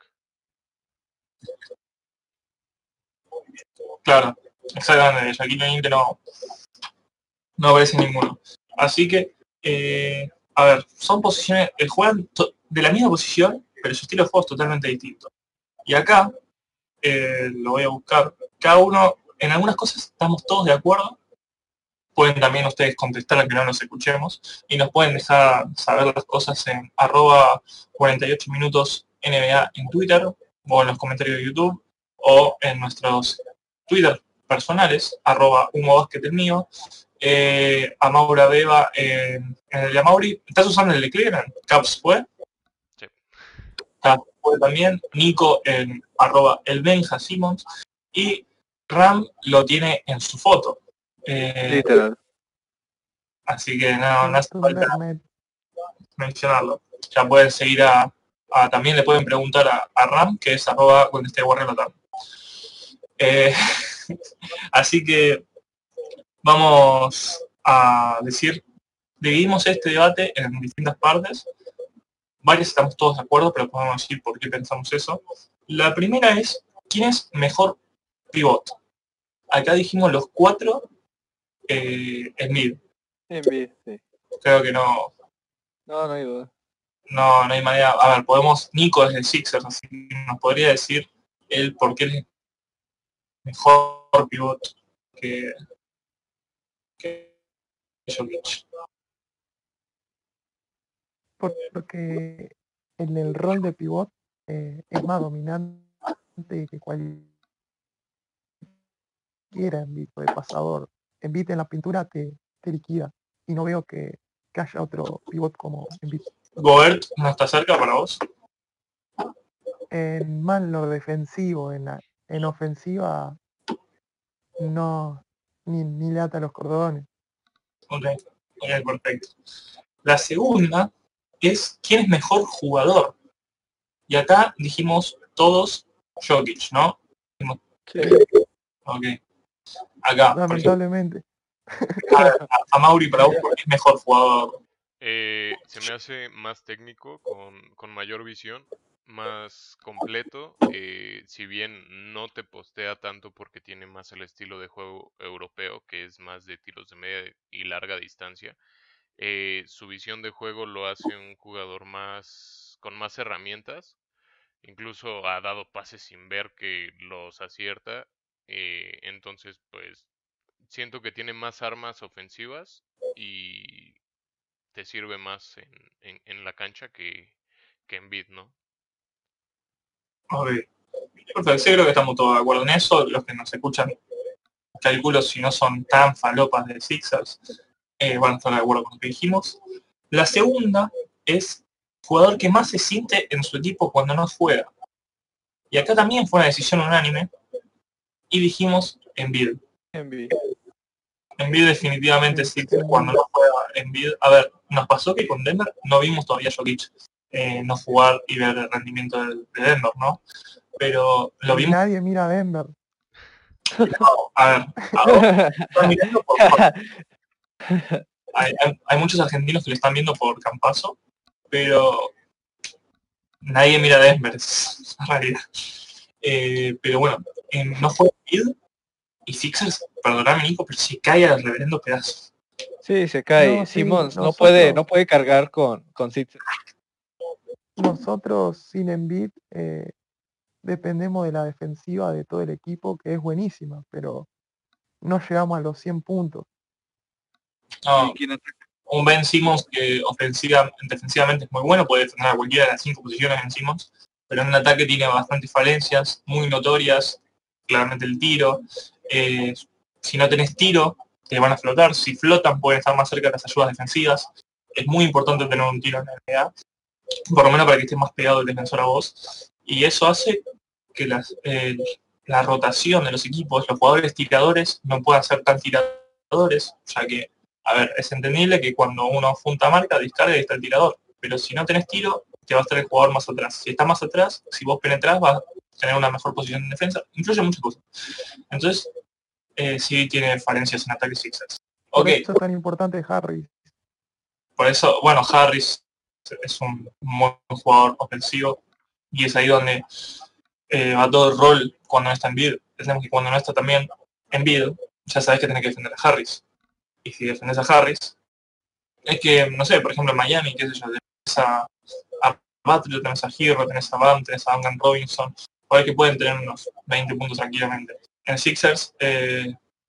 Claro, exactamente, Shaquille O'Neal que no, no aparece ninguno. Así que, eh, a ver, son posiciones, eh, juegan to- de la misma posición, pero su estilo de juego es totalmente distinto. Y acá, eh, lo voy a buscar, cada uno, en algunas cosas estamos todos de acuerdo, pueden también ustedes contestar a que no nos escuchemos y nos pueden dejar saber las cosas en arroba cuarenta y ocho minutos N B A en Twitter o en los comentarios de YouTube o en nuestros Twitter personales, arroba humo basket el mío, eh, a Maura Beba eh, en el de Amauri. ¿Estás usando el de Cleveland? Caps fue. Sí. Caps fue también. Nico en arroba el Benja Simons y Ram lo tiene en su foto. Eh, Literal. así que no, no hace Tus falta Vermet. mencionarlo. Ya pueden seguir a, a- también le pueden preguntar a, a Ram, que es arroba cuando esté Warrior eh, Así que vamos a decir, dividimos este debate en distintas partes. Varias estamos todos de acuerdo, pero podemos decir por qué pensamos eso. La primera es, ¿quién es mejor pivot? Acá dijimos los cuatro eh, Embiid. Embiid, sí. Creo que no, No, no hay duda. no, no hay manera. A ver, podemos, Nico es de Sixers, así que nos podría decir él por qué es mejor pivot que, que Jokic. Por- Porque en el rol de pivot eh, es más dominante que cualquiera Embiid o de pasador. Embiid en la pintura te, te liquida y no veo que, que haya otro pivot como Embiid. Gobert no está cerca para vos. En más lo defensivo, en, la- en ofensiva no ni, ni le ata los cordones. Ok, ok, perfecto. La segunda es quién es mejor jugador. Y acá dijimos todos Jokic, ¿no? Dijimos, Sí. ok. Acá, por ejemplo, Lamentablemente. a, a Mauri para vos, ¿por qué es mejor jugador? Eh, se me hace más técnico, con, con mayor visión, más completo. Eh, si bien no te postea tanto porque tiene más el estilo de juego europeo, que es más de tiros de media y larga distancia, eh, su visión de juego lo hace un jugador más con más herramientas. Incluso ha dado pases sin ver que los acierta. Eh, entonces, pues siento que tiene más armas ofensivas y te sirve más en, en, en la cancha que, que en Embiid, ¿no? Ok. Perfecto, sí, creo que estamos todos de acuerdo en eso. Los que nos escuchan, calculo si no son tan falopas de Sixers, eh, van a estar de acuerdo con lo que dijimos. La segunda es jugador que más se siente en su equipo cuando no juega. Y acá también fue una decisión unánime. Y dijimos Embiid. Embiid. Embiid definitivamente Sí, sí, sí. cuando no juega Embiid. A ver, nos pasó que con Denver no vimos todavía a Jokic eh, no jugar y ver el rendimiento de, de Denver, ¿no? Pero lo Y vimos. nadie mira a Denver. No, a ver, ahora están mirando por hay, hay, hay muchos argentinos que lo están viendo por Campazo, pero nadie mira a Denver, es la realidad. Eh, pero bueno, eh, no juega Embiid y Sixers, perdóname Nico, pero se cae al reverendo pedazo. Sí, se cae. No, sí, Simmons no nosotros- puede, no puede cargar con, con Sixers. Nosotros sin Embiid eh, dependemos de la defensiva de todo el equipo, que es buenísima, pero no llegamos a los cien puntos. No, ¿Quién ataca? un Ben Simmons que ofensiva, defensivamente es muy bueno, puede defender a cualquiera de las cinco posiciones en Simmons, pero en un ataque tiene bastantes falencias, muy notorias, claramente el tiro. Eh, si no tenés tiro, te van a flotar. Si flotan, pueden estar más cerca de las ayudas defensivas. Es muy importante tener un tiro en la N B A, por lo menos para que esté más pegado el defensor a vos. Y eso hace que las, eh, la rotación de los equipos, los jugadores tiradores, no puedan ser tan tiradores, ya que, a ver, es entendible que cuando uno junta marca, descarga y está el tirador. Pero si no tenés tiro, te va a estar el jugador más atrás. Si está más atrás, si vos penetrás, vas a tener una mejor posición en defensa. Influye muchas cosas. Entonces, eh, sí tiene falencias en ataque Sixers. Por Ok, eso es tan importante Harris. por eso, bueno, Harris es un muy buen jugador ofensivo y es ahí donde eh, va todo el rol cuando no está Embiid. Pensemos que cuando no está también Embiid, ya sabes que tenés que defender a Harris. Y si defendés a Harris, es que, no sé, por ejemplo en Miami, qué sé yo, tenés a, a Butler, tenés a Hero, tenés a Bam, tenés a Duncan Robinson, por ahí que pueden tener unos veinte puntos tranquilamente. En Sixers, eh,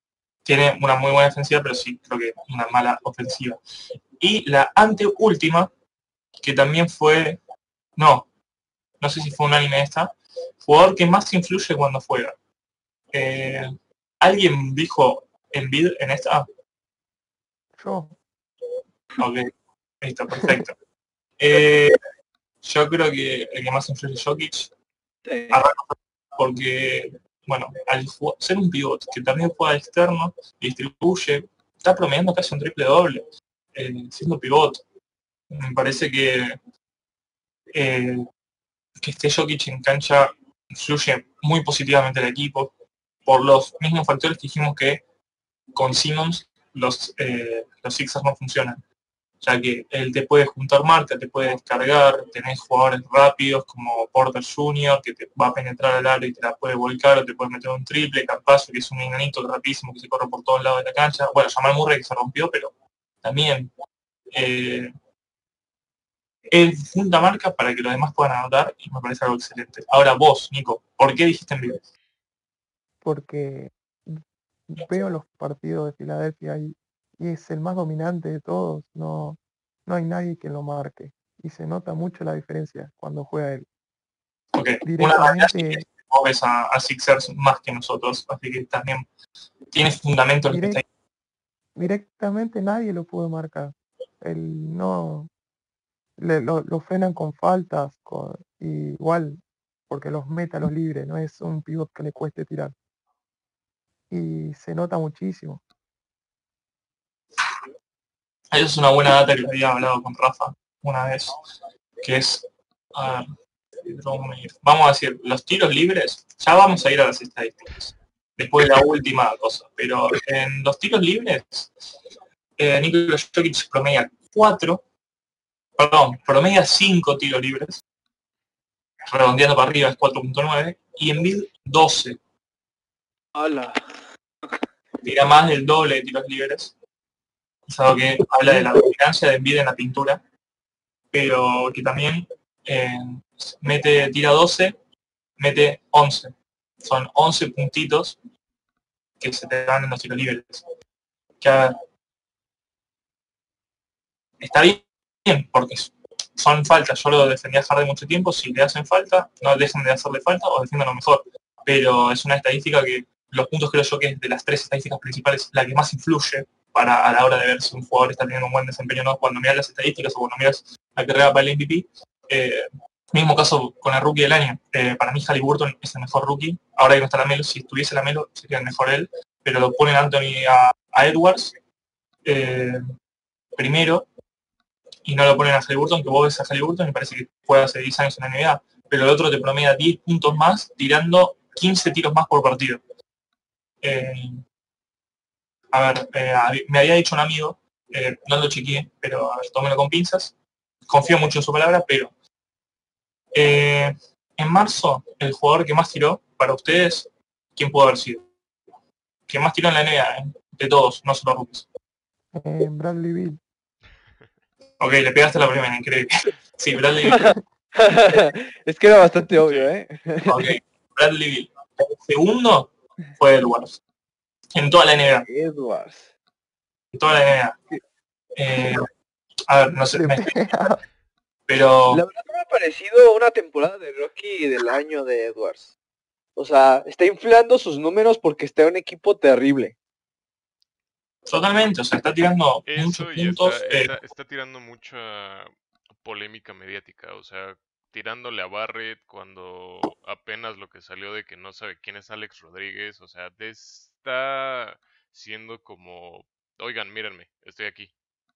tiene una muy buena defensiva, pero sí creo que una mala ofensiva. Y la anteúltima, que también fue, no, no sé si fue unánime esta, jugador que más influye cuando juega. Eh, ¿Alguien dijo Embiid en esta? Yo, Ok, listo, perfecto. Eh, yo creo que el que más influye es Jokic, Sí. porque, bueno, al ju- ser un pivot que también juega de externo, distribuye, está promediando casi un triple doble, eh, siendo pivot. Me parece que, eh, que esté Jokic en cancha influye muy positivamente al equipo, por los mismos factores que dijimos que con Simmons los, eh, los Sixers no funcionan, ya que él te puede juntar marca, te puede descargar, tenés jugadores rápidos como Porter junior que te va a penetrar al aro y te la puede volcar o te puede meter un triple, Campazzo que es un enanito rapidísimo que se corre por todos lados de la cancha, bueno, Jamal Murray que se rompió, pero también eh, él junta marca para que los demás puedan anotar y me parece algo excelente. Ahora vos, Nico, ¿por qué dijiste en vivo? porque veo los partidos de Filadelfia y, y es el más dominante de todos. No, no hay nadie que lo marque. Y se nota mucho la diferencia cuando juega él. Ok, una realidad es que Directamente, vos ves a, a Sixers más que nosotros, así que también tienes fundamento en lo que está direct- directamente nadie lo puede marcar. Él no le- lo, lo frenan con faltas, con, y igual, porque los mete a los libres, no es un pivot que le cueste tirar. Y se nota muchísimo. Esa es una buena data que le había hablado con Rafa una vez, que es, a ver, vamos a decir, los tiros libres, ya vamos a ir a las estadísticas, después de la última cosa, pero en los tiros libres, eh, Nikola Jokic promedia cuatro, perdón, promedia cinco tiros libres, redondeando para arriba es cuatro punto nueve, y Embiid doce, Hola. tira más del doble de tiros libres, es algo que habla de la dominancia de Embiid en la pintura, pero que también eh, mete, tira doce, mete once. Son once puntitos que se te dan en los tiros libres. Que a ver, está bien, porque son faltas. Yo lo defendí a Harden mucho tiempo. Si le hacen falta, no dejen de hacerle falta o defiendan lo mejor. Pero es una estadística que los puntos creo yo que es de las tres estadísticas principales la que más influye para a la hora de ver si un jugador está teniendo un buen desempeño o no. Cuando miras las estadísticas o cuando miras la carrera para el M V P, eh, mismo caso con el rookie del año. Eh, para mí Haliburton es el mejor rookie. Ahora que no está la Melo, si estuviese la Melo sería el mejor él. Pero lo ponen Anthony a, a Edwards eh, primero y no lo ponen a Haliburton, que vos ves a Haliburton y parece que juega hace diez años en la N B A. Pero el otro te promedia diez puntos más tirando quince tiros más por partido. Eh, a ver, eh, me había dicho un amigo, eh, no lo chequeé, pero a ver, tómelo con pinzas. Confío mucho en su palabra, pero eh, en marzo, el jugador que más tiró para ustedes, ¿quién pudo haber sido? Que más tiró en la N B A, ¿eh? De todos, no solo rookies. Eh, Bradley Beal. Ok, le pegaste la primera, increíble. Sí, Bradley Beal. Es que era bastante obvio, ¿eh? Ok, Bradley Beal. El segundo fue Edwards. En toda la N B A. Edwards. En toda la N B A. Eh, a ver, no sé, Le me- pega. pero La verdad no me ha parecido una temporada de Rocky del año de Edwards. O sea, está inflando sus números porque está en un equipo terrible. totalmente, o sea, está tirando muchos Eso y puntos. está, eh, está, está tirando mucha polémica mediática, o sea, tirándole a Barrett cuando apenas lo que salió de que no sabe quién es Alex Rodríguez, o sea, de- está siendo como, oigan, mírenme, estoy aquí.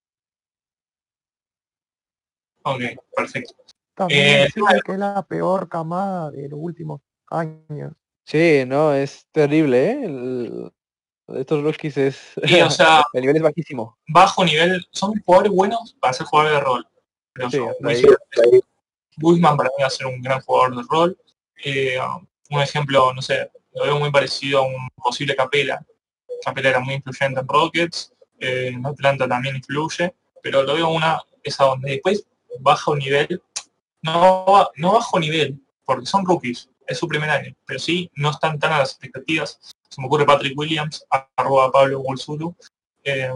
ok, perfecto. También Eh, decirle que es la peor camada de los últimos años. Sí, no, es terrible, ¿eh? El- estos rookies es... y, o sea, el nivel es bajísimo. bajo nivel, son jugadores buenos para ser jugadores de rol. Pero Sí, yo, hasta ahí. Wiseman, Wiseman para mí va a ser un gran jugador de rol. Eh, un ejemplo, no sé, lo veo muy parecido a un posible Capela. Capela era muy influyente en Rockets, eh, en Atlanta también influye, pero lo veo una esa donde después bajo nivel, no, ba- no bajo nivel, porque son rookies, es su primer año, pero sí, no están tan a las expectativas. Se me ocurre Patrick Williams, arroba Pablo Wolzulu, eh,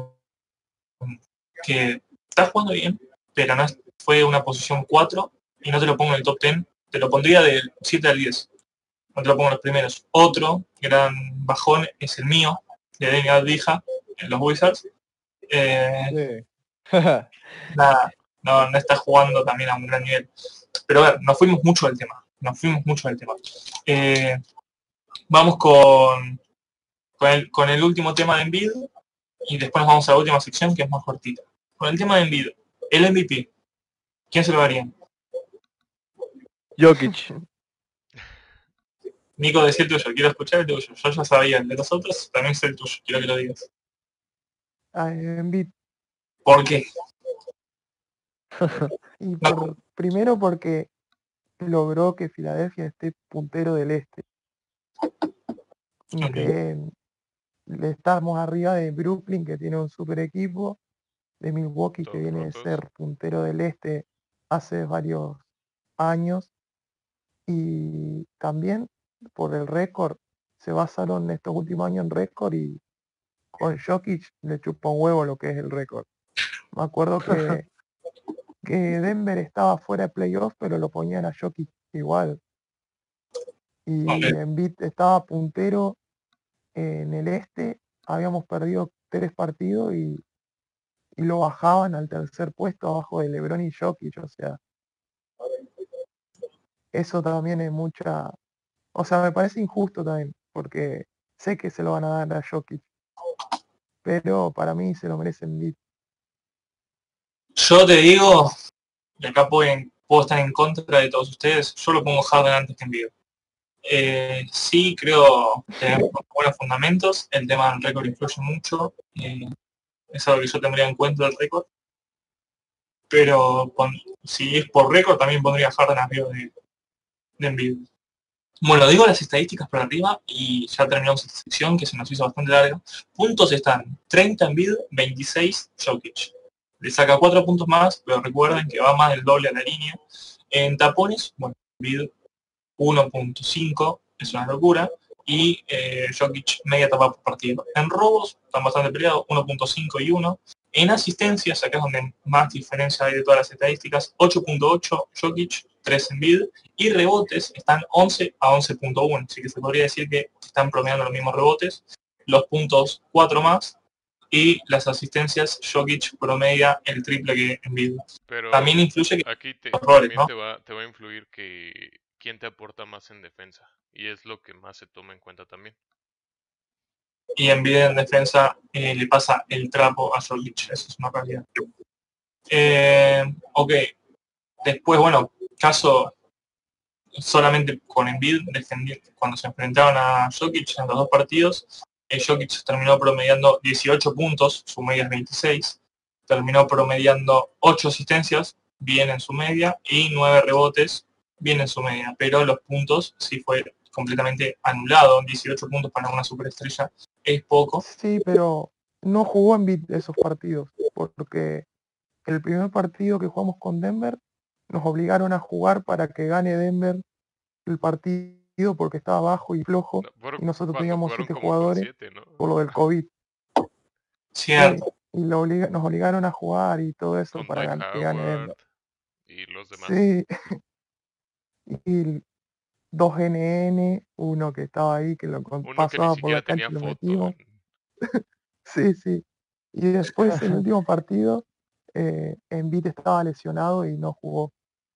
que está jugando bien, pero no es, fue una posición cuatro y no te lo pongo en el top diez, te lo pondría del siete al diez. No te lo pongo en los primeros. Otro gran bajón es el mío, de Daniel Advija, en los Wizards. Eh, Sí. nada, no, no está jugando también a un gran nivel. Pero a ver, nos fuimos mucho del tema. Nos fuimos mucho del tema. Eh, vamos con, con, el, con el último tema de Embiid y después nos vamos a la última sección que es más cortita. Con el tema de Embiid, el M V P, ¿quién se lo daría? Jokic. Nico, decía el tuyo, quiero escuchar el tuyo. Yo ya sabía el de nosotros, también es el tuyo, quiero que lo digas. A Embiid. ¿Por qué? Y por, primero porque logró que Filadelfia esté puntero del este. Ok. Que le estamos arriba de Brooklyn, que tiene un super equipo, de Milwaukee, que Todos viene de rotos. ser puntero del este hace varios años. Y también por el récord, se basaron estos últimos años en récord y con Jokic le chupa un huevo lo que es el récord. Me acuerdo que, que Denver estaba fuera de playoff, pero lo ponían a Jokic igual. Y Ok. Embiid estaba puntero en el este, habíamos perdido tres partidos y, y lo bajaban al tercer puesto abajo de LeBron y Jokic, o sea, eso también es mucha, o sea, me parece injusto también, porque sé que se lo van a dar a Jokic, pero para mí se lo merecen Embiid. Yo te digo, y acá pueden, puedo estar en contra de todos ustedes, yo lo pongo Harden antes que Embiid. Eh, sí, creo tener buenos fundamentos, el tema del récord influye mucho, eh, es algo que yo tendría en cuenta el récord, pero pon, si es por récord también pondría a Harden arriba de, de Embiid. Bueno, digo las estadísticas por arriba y ya terminamos esta sección que se nos hizo bastante larga. Puntos están treinta Embiid, veintiséis Jokic. Le saca cuatro puntos más, pero recuerden que va más del doble a la línea. En tapones, bueno, Embiid uno punto cinco, es una locura, y eh, Jokic media tapa por partido. En robos están bastante peleados, uno punto cinco y uno. En asistencias, acá es donde más diferencia hay de todas las estadísticas, ocho punto ocho Jokic, tres Embiid, y rebotes están once a once punto uno, así que se podría decir que están promediando los mismos rebotes, los puntos cuatro más, y las asistencias Jokic promedia el triple que Embiid. Pero También influye que aquí te, los roles, también ¿no? te va, te va a influir que quién te aporta más en defensa. Y es lo que más se toma en cuenta también. Y Embiid en defensa eh, le pasa el trapo a Jokic, eso es una realidad. Eh, ok, después, bueno, caso solamente con Embiid defendiendo, cuando se enfrentaron a Jokic en los dos partidos, eh, Jokic terminó promediando dieciocho puntos, su media es veintiséis, terminó promediando ocho asistencias, bien en su media, y nueve rebotes, bien en su media, pero los puntos sí fue completamente anulado, dieciocho puntos para una superestrella es poco. Sí, pero no jugó Embiid esos partidos, porque el primer partido que jugamos con Denver nos obligaron a jugar para que gane Denver el partido porque estaba bajo y flojo No, por- y nosotros cuando teníamos jugaron siete como con jugadores siete, ¿no? por lo del COVID. Sí, Cierto. y lo obliga- nos obligaron a jugar y todo eso Con para Dwight gan- que gane Howard Denver. y los demás. Sí, y dos N N, uno que estaba ahí, que lo con- Uno que ni pasaba por la siquiera cancha tenía y lo foto. metimos. en- Sí, sí. Y después el último partido, eh, Embiid estaba lesionado y no jugó.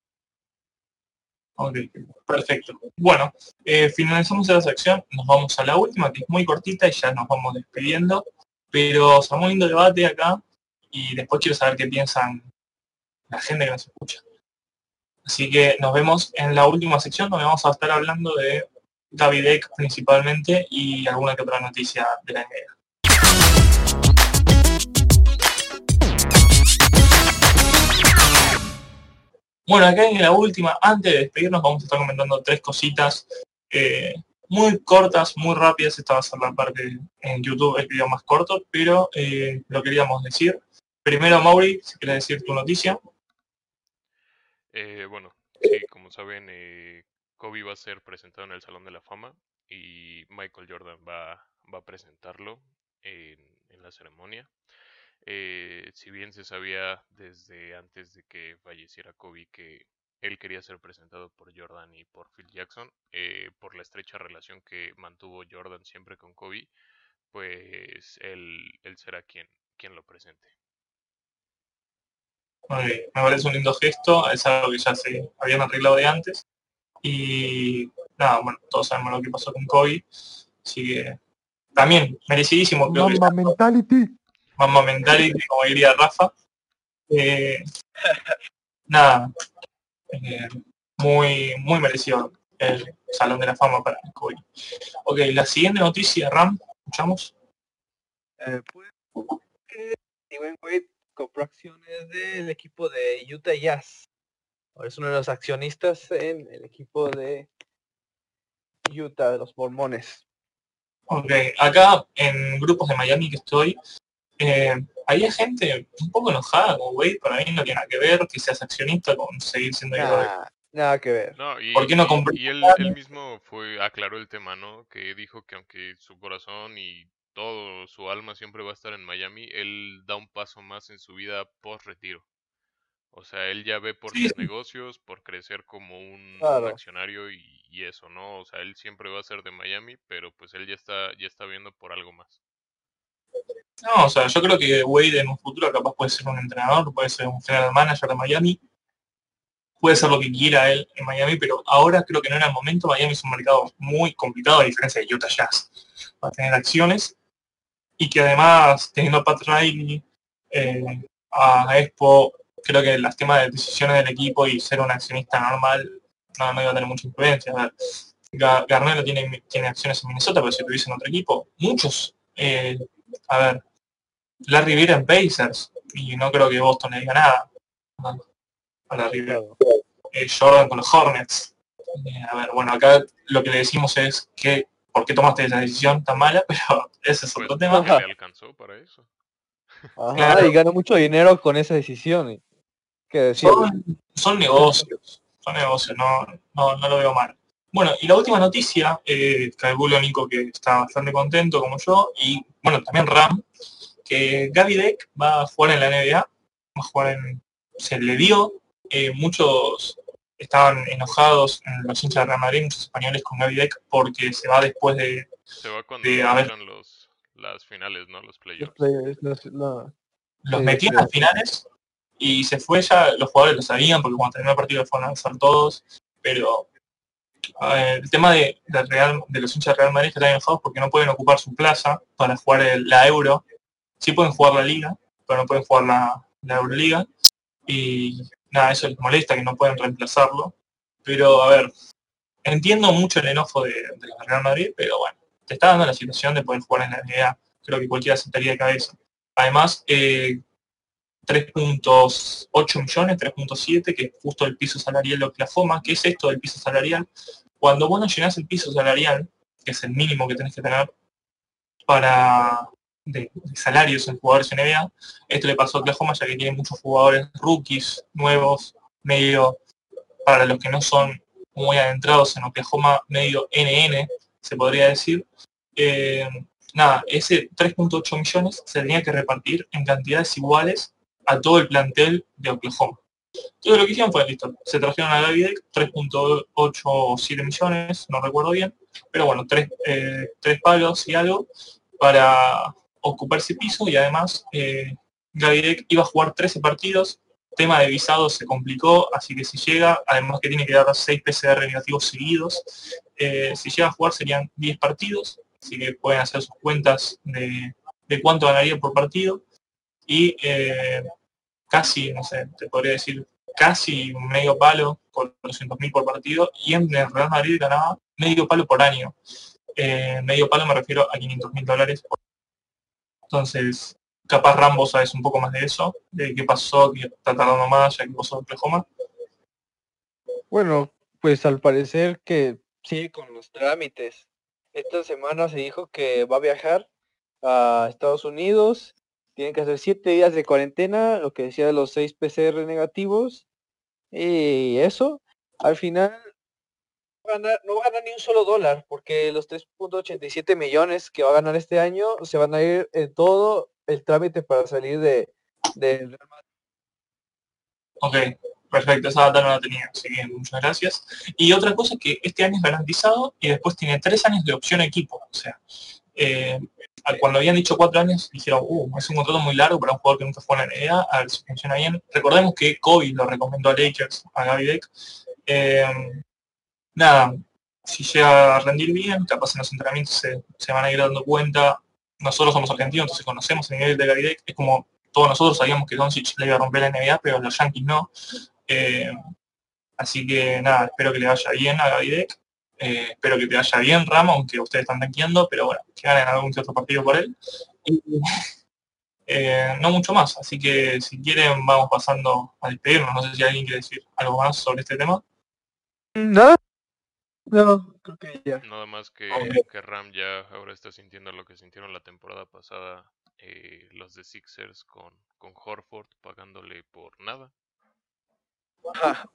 Ok, perfecto. Bueno, eh, finalizamos la sección, nos vamos a la última, que es muy cortita y ya nos vamos despidiendo, pero se armó un lindo debate acá y después quiero saber qué piensan la gente que nos escucha. Así que nos vemos en la última sección, donde vamos a estar hablando de David Eck principalmente y alguna que otra noticia de la N B A. Bueno, acá en la última, antes de despedirnos, vamos a estar comentando tres cositas eh, muy cortas, muy rápidas. Esta va a ser la parte en YouTube, el video más corto, pero eh, lo queríamos decir. Primero, Mauri, si quieres decir tu noticia. Eh, bueno, sí, como saben, eh, Kobe va a ser presentado en el Salón de la Fama y Michael Jordan va, va a presentarlo en, en la ceremonia. Eh, si bien se sabía desde antes de que falleciera Kobe que él quería ser presentado por Jordan y por Phil Jackson, eh, por la estrecha relación que mantuvo Jordan siempre con Kobe, pues él, él será quien, quien lo presente. Ok, me parece un lindo gesto, es algo que ya se habían arreglado de antes. Y nada, bueno, todos sabemos lo que pasó con Kobe, así que también merecidísimo, creo que Mamba mentality. Mamba mentality, como diría Rafa. Eh, nada, eh, muy, muy merecido el Salón de la Fama para Kobe. Ok, la siguiente noticia, Ram, escuchamos. Eh, pues, eh, Dwayne Wade compró acciones del equipo de Utah Jazz. Ahora es uno de los accionistas en el equipo de Utah, de los Mormones. Ok, acá en grupos de Miami que estoy, eh, había gente un poco enojada con Wade, para mí no tiene nada que ver que seas accionista con seguir siendo ídolo de... Nah, nada que ver. No, y, ¿Por qué no y, compró? y él, él mismo fue, aclaró el tema, ¿no? Que dijo que aunque su corazón y todo su alma siempre va a estar en Miami, él da un paso más en su vida post retiro. O sea, él ya ve por Sí, sus negocios, por crecer como un, un Claro. accionario y, y eso, ¿no? O sea, él siempre va a ser de Miami, pero pues él ya está, ya está viendo por algo más. no, o sea, yo creo que Wade en un futuro capaz puede ser un entrenador, puede ser un general manager de Miami, puede ser lo que quiera él en Miami, pero ahora creo que no era el momento. Miami es un mercado muy complicado, a diferencia de Utah Jazz, para tener acciones, y que además, teniendo a Pat Riley, eh, a Expo, creo que los temas de decisiones del equipo y ser un accionista normal no, no iba a tener mucha influencia. A ver, Ga- Garnero tiene, tiene acciones en Minnesota, pero si tuviese en otro equipo, muchos, eh, a ver, Larry Bird en Pacers, y no creo que Boston le diga nada a, a Larry Bird. Claro. Eh, Jordan con los Hornets. Eh, a ver, bueno, acá lo que le decimos es que ¿por qué tomaste esa decisión tan mala? Pero ese es Pues otro tema. porque le alcanzó para eso. Ajá, Claro, y gana mucho dinero con esa decisión. y- ¿Qué decir? son, son negocios, son negocios, no, no, no lo veo mal. Bueno, y la última noticia, eh, calculo Nico que está bastante contento como yo, y bueno, también Ram, que Gaby Deck va a jugar en la N B A, va a jugar en, se le dio, eh, muchos estaban enojados en los hinchas de Real Madrid, muchos españoles con Gaby Deck, porque se va después de, Se va cuando de haber, entran los, las finales, ¿no? Los Los playoffs. players, los- no, los sí, metió sí. en las finales y se fue ya, los jugadores lo sabían, porque cuando terminó el partido fueron a avanzar todos, pero eh, el tema de, de Real, de los hinchas de Real Madrid que están enojados porque no pueden ocupar su plaza para jugar el- la Euro, sí pueden jugar la Liga, pero no pueden jugar la, la Euroliga, y nada, eso les molesta que no pueden reemplazarlo. Pero a ver, entiendo mucho el enojo de, de los de Real Madrid, pero bueno, te está dando la situación de poder jugar en la N B A, creo que cualquiera aceptaría de cabeza. Además, eh, tres punto ocho millones, tres punto siete, que es justo el piso salarial de Oklahoma. ¿Qué es esto del piso salarial? Cuando vos no llenás el piso salarial, que es el mínimo que tenés que tener para de, de salarios en jugadores N B A, esto le pasó a Oklahoma ya que tiene muchos jugadores rookies, nuevos, medio, para los que no son muy adentrados en Oklahoma, medio N N, se podría decir. Eh, nada, ese tres punto ocho millones se tenía que repartir en cantidades iguales a todo el plantel de Oklahoma. Todo lo que hicieron fue listo. Se trajeron a Gaby Deck, tres punto ocho o siete millones, no recuerdo bien, pero bueno, tres, eh, tres palos y algo para ocupar ese piso, y además eh, Gaby Deck iba a jugar trece partidos. Tema de visado se complicó, así que si llega, además que tiene que dar seis P C R negativos seguidos, eh, si llega a jugar serían diez partidos, así que pueden hacer sus cuentas de, de cuánto ganaría por partido, y eh, casi, no sé, te podría decir, casi medio palo, cuatrocientos mil por partido, y en el Real Madrid ganaba medio palo por año. Eh, medio palo me refiero a quinientos mil dólares. Entonces, capaz Rambo sabes un poco más de eso, de qué pasó, que está tardando más, ya que pasó Oklahoma. Bueno, pues al parecer que sigue con los trámites. Esta semana se dijo que va a viajar a Estados Unidos. Tienen que hacer siete días de cuarentena, lo que decía de los seis P C R negativos. Y eso, al final, va a ganar, no va a ganar ni un solo dólar, porque los tres punto ochenta y siete millones que va a ganar este año se van a ir en todo el trámite para salir de, de Real Madrid. Ok, perfecto, esa data no la tenía, así que muchas gracias. Y otra cosa es que este año es garantizado y después tiene tres años de opción equipo. O sea, eh, cuando habían dicho cuatro años, dijeron, uh, es un contrato muy largo para un jugador que nunca fue en la N B A, a ver si funciona bien. Recordemos que Kobe lo recomendó a Lakers, a Gaby Deck. Eh, nada, si llega a rendir bien, capaz en los entrenamientos se, se van a ir dando cuenta. Nosotros somos argentinos, entonces conocemos el nivel de Gaby Deck. Es como todos nosotros sabíamos que Doncic le iba a romper la N B A, pero los Yankees no. Eh, así que nada, espero que le vaya bien a Gaby Deck. Eh, espero que te vaya bien, Ramo, aunque ustedes están tanqueando, pero bueno, que ganen algún que otro partido por él. Y eh, no mucho más, así que si quieren vamos pasando a despedirnos. No sé si alguien quiere decir algo más sobre este tema. ¿Nada? No, creo que ya. Nada más que, Ok. que Ram ya ahora está sintiendo lo que sintieron la temporada pasada eh, los de Sixers con, con Horford pagándole por nada. Ah,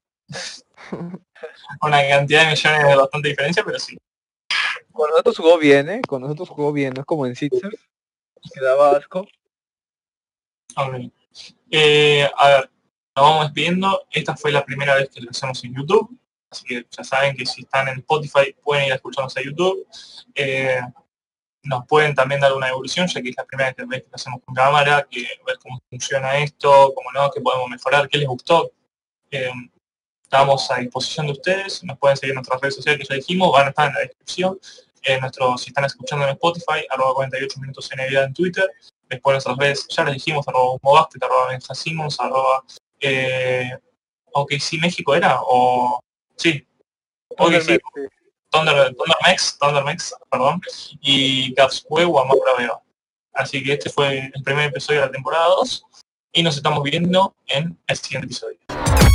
Una cantidad de millones de bastante diferencia, pero sí. con nosotros jugó bien, ¿eh? Con nosotros jugó bien, no es como en Sixers, que daba asco. Ok. Eh, a ver, nos vamos despidiendo. Esta fue la primera vez que lo hacemos en YouTube. Así que ya saben que si están en Spotify pueden ir a escucharnos a YouTube. Eh, nos pueden también dar una evolución, ya que es la primera vez que lo hacemos con cámara, que ver cómo funciona esto, cómo no, qué podemos mejorar, qué les gustó. Eh, estamos a disposición de ustedes. Nos pueden seguir en nuestras redes sociales que ya dijimos, van a estar en la descripción. Eh, nuestro, si están escuchando en Spotify, arroba cuarenta y ocho minutos N B A en Twitter. Después nuestras redes, ya les dijimos, arroba Mobasket, arroba Benja Simmons, arroba eh, OK sí México era, o sí, OK sí, Thunder, Thundermex, Thundermex, perdón, y Capsweb o Amabra Beba. Así que este fue el primer episodio de la temporada dos y nos estamos viendo en el siguiente episodio.